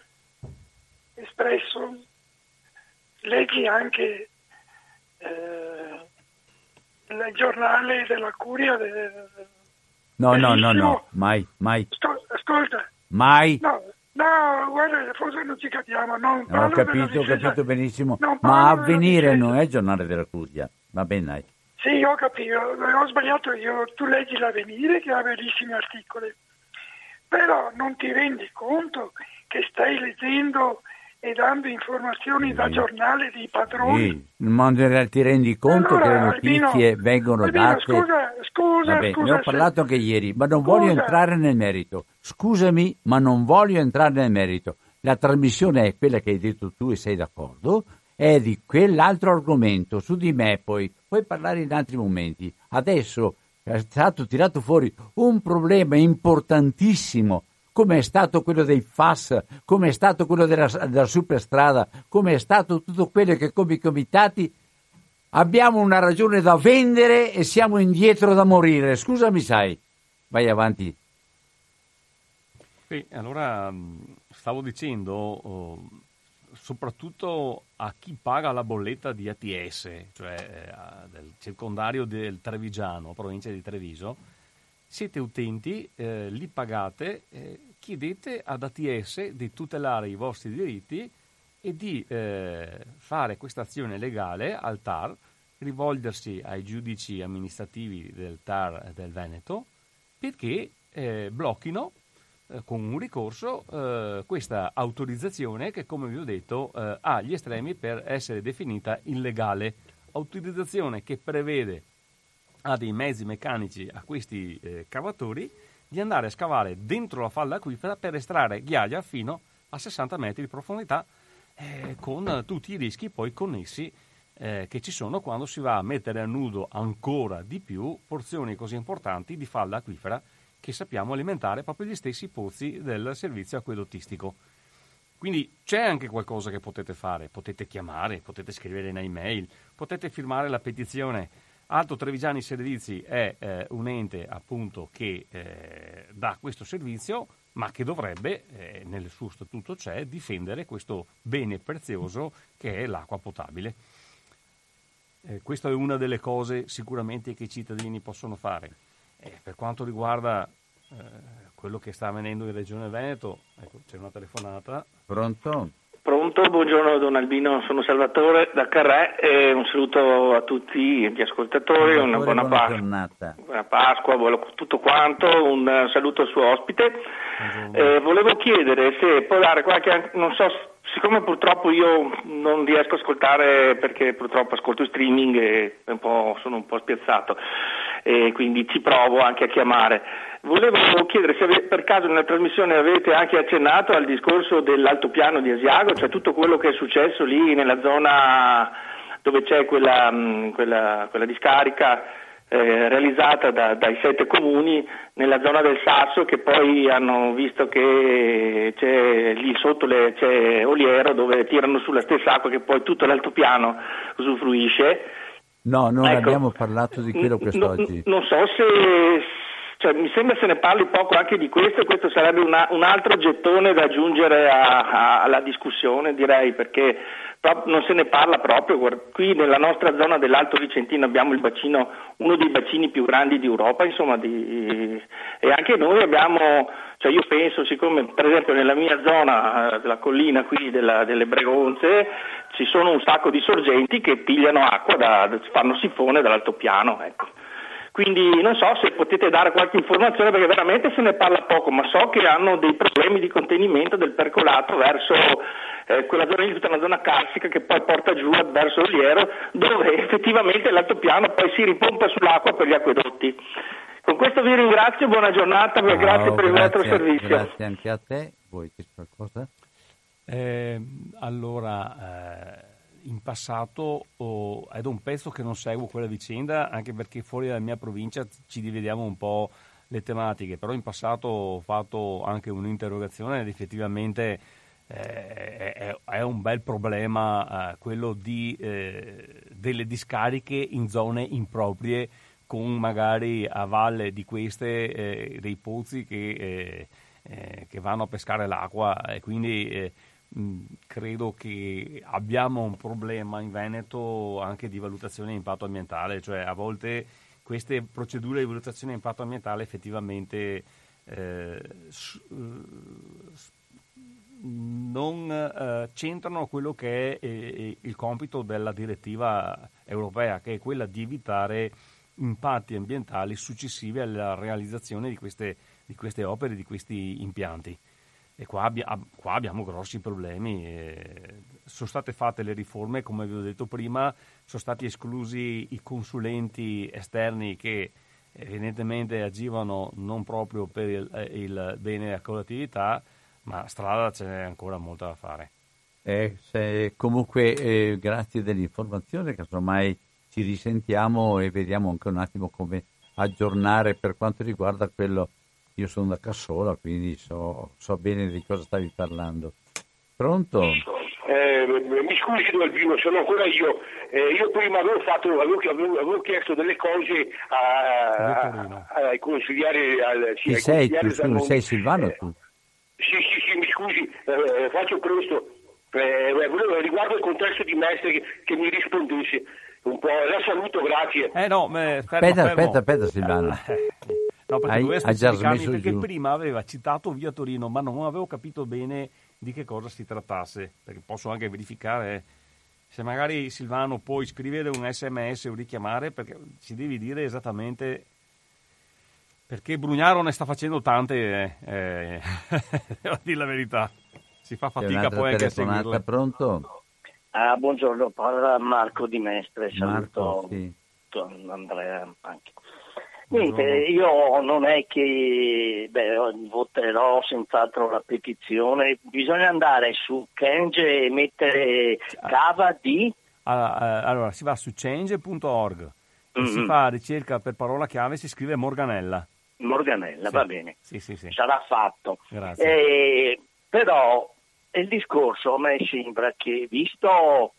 Espresso, leggi anche eh, il giornale della Curia, de, de, No, no, no, no, mai, mai. Sto, ascolta. Mai. No, no, guarda, forse non ci capiamo. Non No, ho capito, ho capito benissimo. Ma Avvenire non è il giornale della Puglia. Va bene, dai. Sì, ho capito, ho sbagliato io. Tu leggi l'Avvenire che ha bellissimi articoli. Però non ti rendi conto che stai leggendo e dando informazioni sì. da giornale di padroni. Sì, ma ti rendi conto allora, che le notizie Albino, vengono Albino, date... Scusa, scusa, Vabbè, scusa. ne ho parlato se... anche ieri, ma non scusa. voglio entrare nel merito. Scusami, ma non voglio entrare nel merito. La trasmissione è quella che hai detto tu e sei d'accordo, è di quell'altro argomento, su di me poi, puoi parlare in altri momenti. Adesso è stato tirato fuori un problema importantissimo, come è stato quello dei F A S, come è stato quello della, della superstrada, come è stato tutto quello che come i comitati abbiamo una ragione da vendere e siamo indietro da morire. Scusami, sai. Vai avanti. Sì, allora stavo dicendo, oh, soprattutto a chi paga la bolletta di A T S, cioè eh, del circondario del Trevigiano, provincia di Treviso, siete utenti, eh, li pagate, eh, chiedete ad A T S di tutelare i vostri diritti e di eh, fare questa azione legale al T A R, rivolgersi ai giudici amministrativi del T A R del Veneto perché eh, blocchino eh, con un ricorso eh, questa autorizzazione che, come vi ho detto, eh, ha gli estremi per essere definita illegale. Autorizzazione che prevede a dei mezzi meccanici, a questi eh, cavatori, di andare a scavare dentro la falla acquifera per estrarre ghiaia fino a sessanta metri di profondità, eh, con tutti i rischi poi connessi eh, che ci sono quando si va a mettere a nudo ancora di più porzioni così importanti di falla acquifera che sappiamo alimentare proprio gli stessi pozzi del servizio acquedottistico. Quindi c'è anche qualcosa che potete fare, potete chiamare, potete scrivere in email, potete firmare la petizione. Alto Trevigiani Servizi è eh, un ente appunto che eh, dà questo servizio, ma che dovrebbe, eh, nel suo statuto c'è, difendere questo bene prezioso che è l'acqua potabile. Eh, questa è una delle cose sicuramente che i cittadini possono fare. Eh, per quanto riguarda eh, quello che sta avvenendo in Regione Veneto, ecco, c'è una telefonata. Pronto? Pronto, buongiorno Don Albino, sono Salvatore da Carrè e un saluto a tutti gli ascoltatori, Salvatore, una buona, buona, Pasqua, buona Pasqua, buona tutto quanto, un saluto al suo ospite. Eh, volevo chiedere se può dare qualche, non so, siccome purtroppo io non riesco a ascoltare perché purtroppo ascolto streaming e un po', sono un po' spiazzato e quindi ci provo anche a chiamare. Volevo chiedere se ave, per caso nella trasmissione avete anche accennato al discorso dell'altopiano di Asiago, cioè tutto quello che è successo lì nella zona dove c'è quella, quella, quella discarica eh, realizzata da, dai sette comuni nella zona del Sasso, che poi hanno visto che c'è lì sotto le, c'è Oliero dove tirano sulla stessa acqua che poi tutto l'altopiano usufruisce. No, non ecco, abbiamo parlato di quello quest'oggi. N- non so se, cioè, mi sembra se ne parli poco anche di questo, e questo sarebbe una, un altro gettone da aggiungere a, a, alla discussione, direi, perché non se ne parla proprio. Qui nella nostra zona dell'Alto Vicentino abbiamo il bacino, uno dei bacini più grandi d'Europa, insomma, di, e anche noi abbiamo, cioè io penso, siccome per esempio nella mia zona della collina qui della, delle Bregonze ci sono un sacco di sorgenti che pigliano acqua, da, fanno sifone dall'altopiano, ecco. Quindi non so se potete dare qualche informazione, perché veramente se ne parla poco, ma so che hanno dei problemi di contenimento del percolato verso eh, quella zona lì, tutta una zona carsica che poi porta giù verso Oliero, dove effettivamente l'altopiano poi si ripompa sull'acqua per gli acquedotti. Con questo vi ringrazio, buona giornata, Ciao, grazie per il vostro grazie, servizio. Grazie anche a te. Vuoi dire qualcosa? Eh, allora, eh, in passato oh, è da un pezzo che non seguo quella vicenda, anche perché fuori dalla mia provincia ci dividiamo un po' le tematiche, però in passato ho fatto anche un'interrogazione ed effettivamente eh, è, è un bel problema eh, quello di, eh, delle discariche in zone improprie, con magari a valle di queste eh, dei pozzi che, eh, eh, che vanno a pescare l'acqua, e quindi eh, mh, credo che abbiamo un problema in Veneto anche di valutazione di impatto ambientale, cioè a volte queste procedure di valutazione di impatto ambientale effettivamente eh, non eh, centrano quello che è eh, il compito della direttiva europea, che è quella di evitare impatti ambientali successivi alla realizzazione di queste, di queste opere, di questi impianti. E qua, abbi- qua abbiamo grossi problemi. Eh, sono state fatte le riforme, come vi ho detto prima, sono stati esclusi i consulenti esterni che evidentemente agivano non proprio per il, il bene della collettività, ma strada ce n'è ancora molta da fare. Eh, se, comunque eh, grazie dell'informazione, casomai ci risentiamo e vediamo anche un attimo come aggiornare per quanto riguarda quello. Io sono da Cassola, quindi so, so bene di cosa stavi parlando. Pronto? Eh, mi scusi Albino, sono ancora io. Eh, io prima avevo, fatto, avevo, avevo, avevo chiesto delle cose a, a, ai consiglieri. Al, sì, Chi ai sei consiglieri tu? Tu sei Silvano eh, tu? Sì, sì, sì, mi scusi, eh, faccio presto. Eh, volevo, riguardo il contesto di Mestre che, che mi rispondesse un po'. La saluto, grazie. Eh no, me, fermo, aspetta, fermo. aspetta, aspetta Silvano. No, perché hai, doveva hai già specificarmi, smesso perché giù. prima aveva citato Via Torino, ma non avevo capito bene di che cosa si trattasse, perché posso anche verificare se magari Silvano puoi scrivere un sms o richiamare, perché ci devi dire esattamente, perché Brugnaro ne sta facendo tante, eh, eh, devo dire la verità, si fa fatica poi anche a seguirle. Pronto? Ah, buongiorno, parla Marco di Mestre, saluto Marco, sì. Andrea anche. Niente, io non è che beh, voterò senz'altro la petizione, bisogna andare su Change e mettere cava di... Allora, si va su change punto org e mm-hmm. si fa ricerca per parola chiave, si scrive Morganella. Morganella, sì. va bene, sì, sì, sì. sarà fatto. Grazie. Eh, però il discorso a me sembra che, visto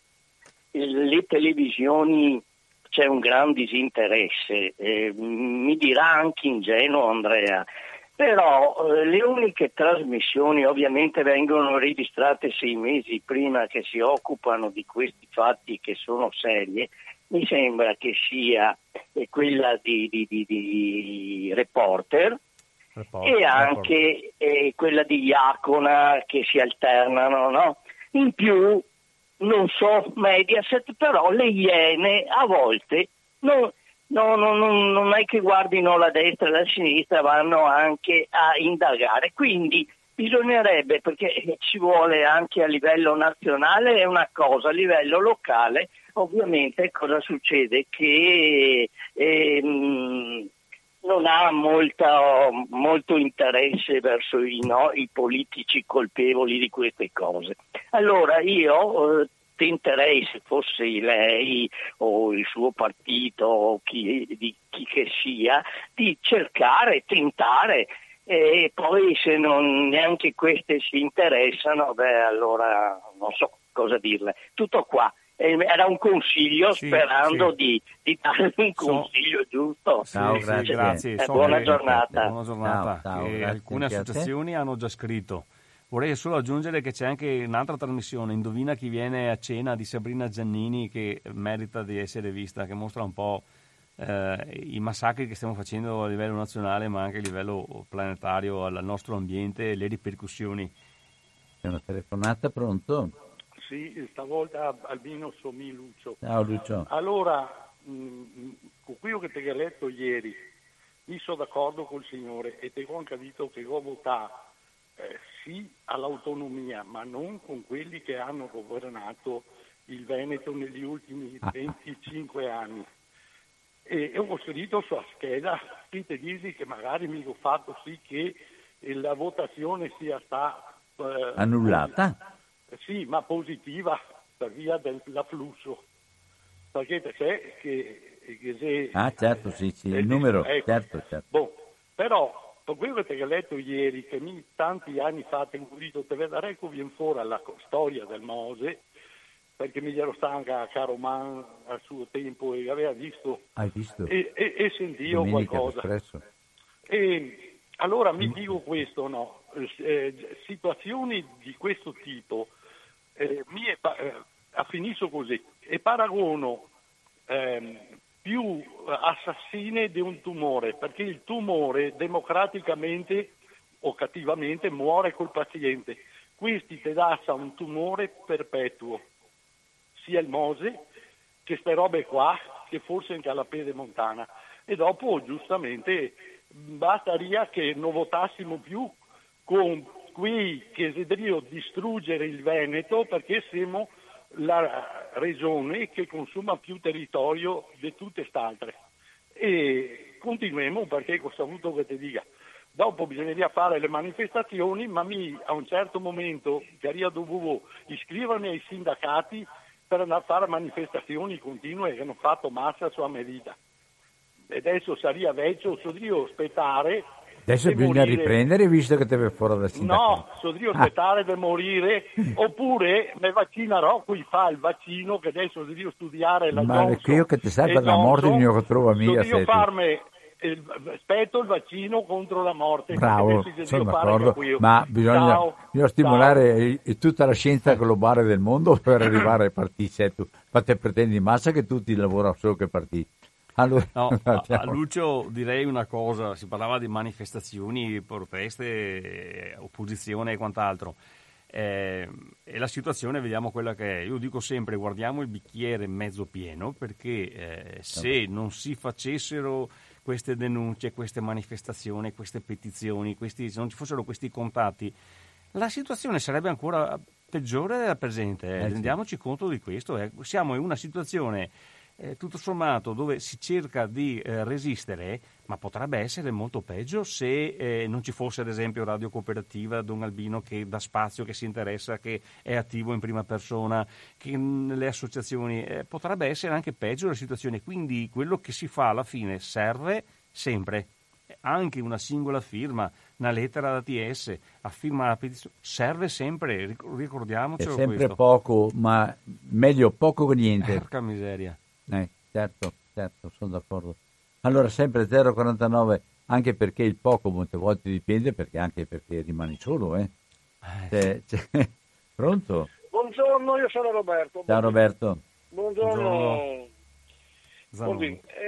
le televisioni, c'è un gran disinteresse, eh, mi dirà anche ingenuo Andrea, però eh, le uniche trasmissioni ovviamente vengono registrate sei mesi prima, che si occupano di questi fatti che sono serie. Mi sembra che sia eh, quella di, di, di, di Reporter, Reporter e anche eh, quella di Iacona, che si alternano, no? In più non so Mediaset, però le Iene a volte non, no, no, no, non è che guardino la destra e la sinistra, vanno anche a indagare, quindi bisognerebbe, perché ci vuole anche a livello nazionale è una cosa, a livello locale ovviamente cosa succede? Che ehm, non ha molta, molto interesse verso i, no, i politici colpevoli di queste cose. Allora io eh, tenterei, se fossi lei o il suo partito o chi, di, chi che sia, di cercare, tentare, e poi se non neanche queste si interessano, beh allora non so cosa dirle. Tutto qua. Era un consiglio, sì, sperando sì. Di, di dare un consiglio so, giusto. Ciao, sì, grazie. grazie. Eh, so buona, che, giornata. buona giornata. Ciao, ciao, alcune associazioni hanno già scritto. Vorrei solo aggiungere che c'è anche un'altra trasmissione, Indovina chi viene a cena, di Sabrina Giannini, che merita di essere vista, che mostra un po' eh, i massacri che stiamo facendo a livello nazionale, ma anche a livello planetario al nostro ambiente e le ripercussioni. C'è una telefonata, pronto? Sì, stavolta Albino Sommi Lucio. Ciao Lucio. Allora, mh, con quello che ti ho letto ieri, mi sono d'accordo col signore e ti ho anche detto che ho votato eh, sì all'autonomia, ma non con quelli che hanno governato il Veneto negli ultimi venticinque anni. E ho scritto sulla scheda, che ti dici che magari mi ho fatto sì che la votazione sia stata eh, annullata. Sì, ma positiva per via dell'afflusso, perché c'è che, che se, ah certo sì, sì il numero ecco, certo, certo. Boh, però per quello che ti ho letto ieri, che mi, tanti anni fa ho detto te vedrei che viene fuori la storia del Mose, perché mi ero stanca caro Man al suo tempo e aveva visto, hai visto? e, e, e sentivo Domenica qualcosa e allora mi dico questo, no, eh, situazioni di questo tipo Eh, mi è, eh, finisco così e paragono ehm, più più assassine di un tumore, perché il tumore democraticamente o cattivamente muore col paziente. Questi ti dassa un tumore perpetuo, sia il Mose che ste robe qua, che forse anche alla pedemontana. E dopo, giustamente, bastaria che non votassimo più con qui che desidero distruggere il Veneto, perché siamo la regione che consuma più territorio di tutte quest'altre. E continuiamo, perché questo avuto che ti dica. Dopo bisogneria fare le manifestazioni, ma mi a un certo momento che dovevo iscrivermi ai sindacati per andare a fare manifestazioni continue che hanno fatto massa sulla mia vita. E adesso sarebbe vecchio, so io aspettare. Adesso bisogna morire. riprendere visto che te vai fuori dal sindacato. No, so io aspettare di morire, oppure mi vaccinerò, qui fa il vaccino che adesso devo studiare la Ma Johnson io che ti sai per la morte di mio trova amica. Io farmi il, aspetto il vaccino contro la morte. Bravo, sono d'accordo, ma bisogna, ciao, bisogna stimolare ciao. tutta la scienza globale del mondo per arrivare ai partiti. Tu fate pretendi in massa che tutti lavorano solo che partiti. Allora, no, a, a Lucio direi una cosa, si parlava di manifestazioni, proteste, opposizione e quant'altro. Eh, e la situazione vediamo quella che è. Io dico sempre guardiamo il bicchiere mezzo pieno, perché eh, se non si facessero queste denunce, queste manifestazioni, queste petizioni, questi, se non ci fossero questi contatti, la situazione sarebbe ancora peggiore della presente. Eh. Eh, Rendiamoci sì. conto di questo. Eh. Siamo in una situazione eh, tutto sommato dove si cerca di eh, resistere, ma potrebbe essere molto peggio se eh, non ci fosse ad esempio Radio Cooperativa Don Albino che dà spazio, che si interessa, che è attivo in prima persona, che nelle associazioni eh, potrebbe essere anche peggio la situazione. Quindi quello che si fa alla fine serve sempre, anche una singola firma, una lettera da T S, a firma la petizione, serve sempre, ricordiamocelo. È sempre questo. poco, ma meglio poco che niente. Porca miseria. Eh, certo, certo, sono d'accordo. Allora sempre zero quarantanove, anche perché il poco molte volte dipende, perché anche perché rimani solo, eh. C'è, c'è... Pronto? Buongiorno, io sono Roberto. Ciao Roberto. Buongiorno. Buongiorno.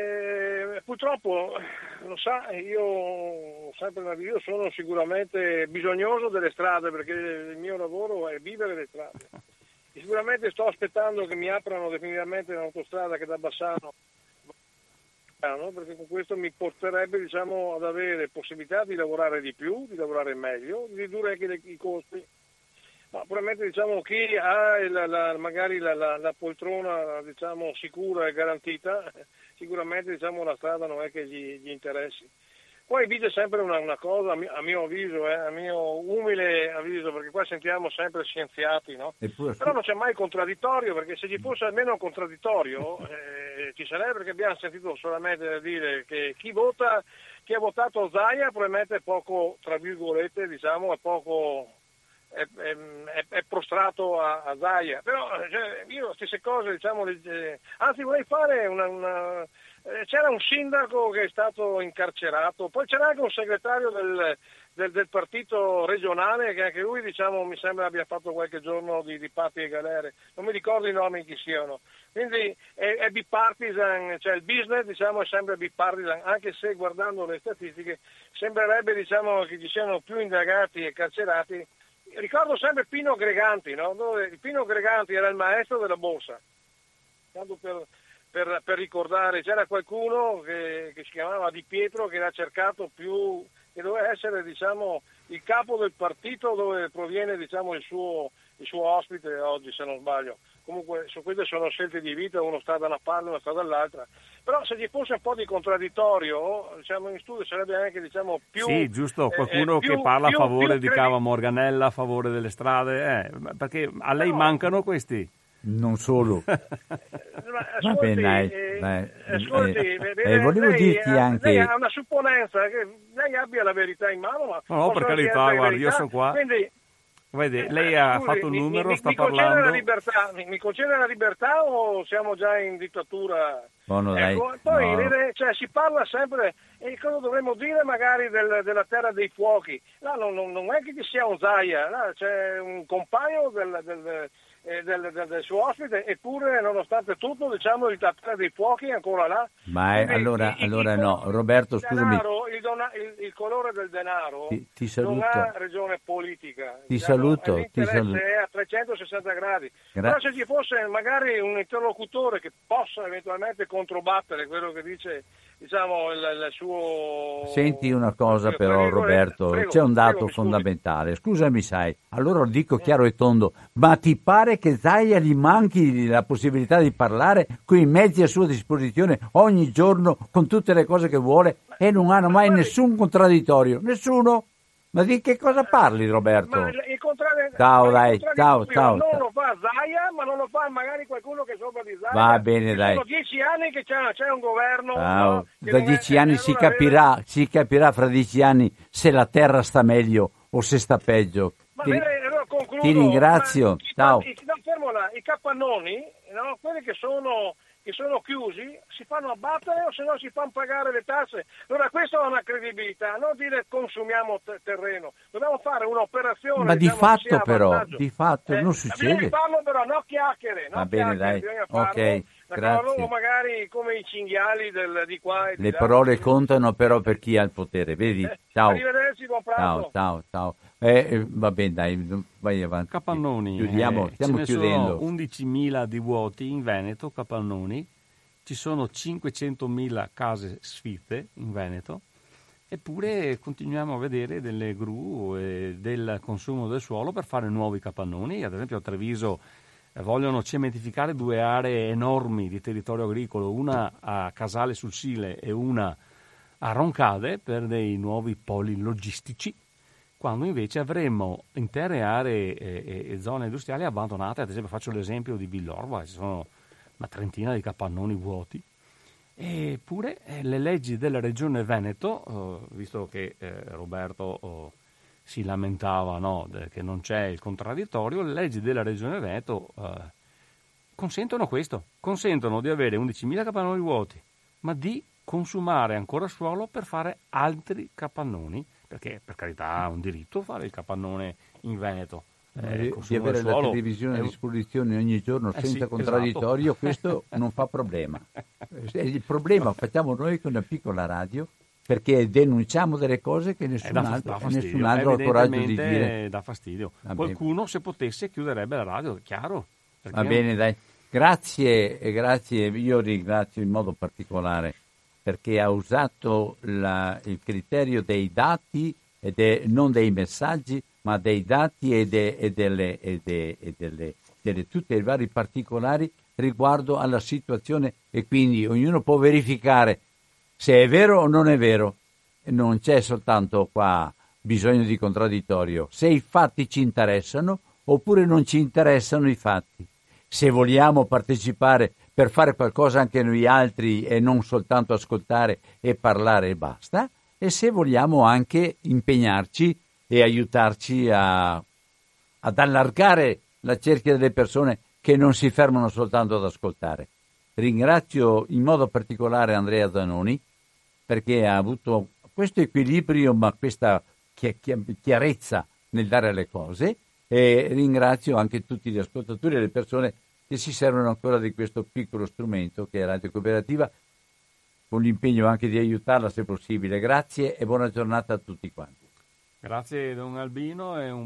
Eh, purtroppo, lo sa, io sempre io sono sicuramente bisognoso delle strade, perché il mio lavoro è vivere le strade. E sicuramente sto aspettando che mi aprano definitivamente l'autostrada che da Bassano, perché con questo mi porterebbe, diciamo, ad avere possibilità di lavorare di più, di lavorare meglio, di ridurre anche le, i costi. Ma probabilmente, diciamo, chi ha la, la, magari la, la, la poltrona, diciamo, sicura e garantita, sicuramente, diciamo, la strada non è che gli, gli interessi. Poi vige sempre una, una cosa, a mio, a mio avviso, eh, a mio umile avviso, perché qua sentiamo sempre scienziati, no? Eppure, però non c'è mai contraddittorio, perché se ci fosse almeno un contraddittorio eh, ci sarebbe, perché abbiamo sentito solamente dire che chi vota, chi ha votato Zaia probabilmente è poco, tra virgolette, diciamo, è poco... È, è, è prostrato a, a Zaia, però cioè, io stesse cose, diciamo, eh, anzi vorrei fare una, una eh, c'era un sindaco che è stato incarcerato, poi c'era anche un segretario del, del, del partito regionale che anche lui, diciamo, mi sembra abbia fatto qualche giorno di, di patti e galere, non mi ricordo i nomi chi siano, quindi è, è bipartisan, cioè il business, diciamo, è sempre bipartisan, anche se guardando le statistiche sembrerebbe, diciamo, che ci siano più indagati e carcerati. Ricordo sempre Pino Greganti, no? Dove Pino Greganti era il maestro della borsa, tanto per, per, per ricordare, c'era qualcuno che, che si chiamava Di Pietro, che era cercato più, che doveva essere, diciamo, il capo del partito dove proviene, diciamo, il suo, il suo ospite oggi, se non sbaglio. Comunque su queste sono scelte di vita, uno sta da una parte, uno sta dall'altra. Però se ci fosse un po' di contraddittorio, diciamo, in studio sarebbe anche, diciamo, più... Sì, giusto, qualcuno eh, più, che parla più, a favore di Cava Morganella, a favore delle strade, eh, perché a lei no. mancano questi? Non solo. Ma, Va bene, dai, eh, dai. Ascolti, Eh, eh, eh, volevo lei, dirti anche... Lei ha una supponenza che lei abbia la verità in mano, ma... No, no, per carità, guarda, io sono qua. Quindi, Vede, lei ha scusi, fatto un numero, mi, sta mi parlando... La libertà, mi, mi concede la libertà o siamo già in dittatura? Buono, ecco, dai. poi no. vede, cioè, si parla sempre, e cosa dovremmo dire magari del, della terra dei fuochi? Là non, non, non è che ci sia un Zaia, là c'è un compagno del, del, eh, del, del, del suo ospite, eppure nonostante tutto diciamo il tappeto dei fuochi è ancora là. Ma è, Quindi, allora, il, allora il, no, Roberto, il scusami. denaro, il, dona, il, il colore del denaro Ti, ti non saluto. ha regione politica. Ti diciamo, saluto, ti l'interesse saluto. è a trecentosessanta gradi. Gra- Però se ci fosse magari un interlocutore che possa eventualmente controbattere quello che dice diciamo il, il suo... Senti una cosa prego, però prego, Roberto, prego, c'è un dato prego, mi fondamentale, scusami sai, allora lo dico chiaro e tondo, ma ti pare che Zaia gli manchi la possibilità di parlare con i mezzi a sua disposizione ogni giorno con tutte le cose che vuole e non hanno mai nessun contraddittorio, nessuno? Ma di che cosa parli Roberto? Ma il, il contrario, Ciao, ma dai, il ciao, ciao, non ciao. lo fa Zaia, ma non lo fa magari qualcuno che è sopra di Zaia. Va bene, Ci dai. Sono dieci anni che c'è, c'è un governo. Ciao. No, che Da non è- dieci anni e si allora capirà, si capirà fra dieci anni se la terra sta meglio o se sta peggio. Ma Ti, vede, allora concludo, ti ringrazio, ma i- ciao. I, no, fermo là, i capannoni, no, quelli che sono, che sono chiusi, si fanno abbattere o se no si fanno pagare le tasse. Allora questa è una credibilità, non dire consumiamo te- terreno, dobbiamo fare un'operazione. Ma di diciamo, che sia fatto a però, vantaggio. di fatto Eh, non Bisogna succede. farlo però, no chiacchiere. No Va bene, chiacchiere, dai. bisogna farlo, Ok, d'accordo? grazie. O magari come i cinghiali del, di qua e di Le là. parole contano però per chi ha il potere, vedi? Ciao. Arrivederci, buon pranzo. Ciao, ciao, ciao. Eh, eh, va bene, dai, vai avanti. Capannoni, Chiudiamo, eh, stiamo ce ne chiudendo. sono undicimila di vuoti in Veneto, capannoni, ci sono cinquecentomila case sfitte in Veneto, eppure continuiamo a vedere delle gru e del consumo del suolo per fare nuovi capannoni. Ad esempio a Treviso eh, vogliono cementificare due aree enormi di territorio agricolo, una a Casale sul Sile e una a Roncade per dei nuovi poli logistici, quando invece avremmo intere aree e, e zone industriali abbandonate. Ad esempio faccio l'esempio di Villorba, ci sono una trentina di capannoni vuoti. Eppure eh, le leggi della regione Veneto, eh, visto che eh, Roberto oh, si lamentava no, de, che non c'è il contraddittorio, le leggi della regione Veneto eh, consentono questo, consentono di avere undicimila capannoni vuoti, ma di consumare ancora suolo per fare altri capannoni, perché per carità è un diritto fare il capannone in Veneto. Eh, Eh, di avere la televisione a disposizione ogni giorno Eh senza sì, contraddittorio, esatto. questo non fa problema. Eh, Il problema facciamo noi con una piccola radio perché denunciamo delle cose che nessun, Eh, dà, altro, dà fastidio. nessun altro ha il coraggio di dire. Evidentemente dà fastidio. Va bene. Qualcuno, se potesse, chiuderebbe la radio, è chiaro. Perché Va bene, dai. Grazie, e grazie. Io ringrazio in modo particolare perché ha usato la- il criterio dei dati e de- non dei messaggi, ma dei dati e, de- e delle, e de- e delle, delle tutte i vari particolari riguardo alla situazione, e quindi ognuno può verificare se è vero o non è vero. Non c'è soltanto qua bisogno di contraddittorio. Se i fatti ci interessano oppure non ci interessano i fatti. Se vogliamo partecipare per fare qualcosa anche noi altri e non soltanto ascoltare e parlare e basta, e se vogliamo anche impegnarci e aiutarci a, ad allargare la cerchia delle persone che non si fermano soltanto ad ascoltare. Ringrazio in modo particolare Andrea Zanoni perché ha avuto questo equilibrio ma questa chi- chi- chiarezza nel dare le cose, e ringrazio anche tutti gli ascoltatori e le persone che si servono ancora di questo piccolo strumento che è Radio Cooperativa, con l'impegno anche di aiutarla se possibile. Grazie e buona giornata a tutti quanti. Grazie Don Albino. E un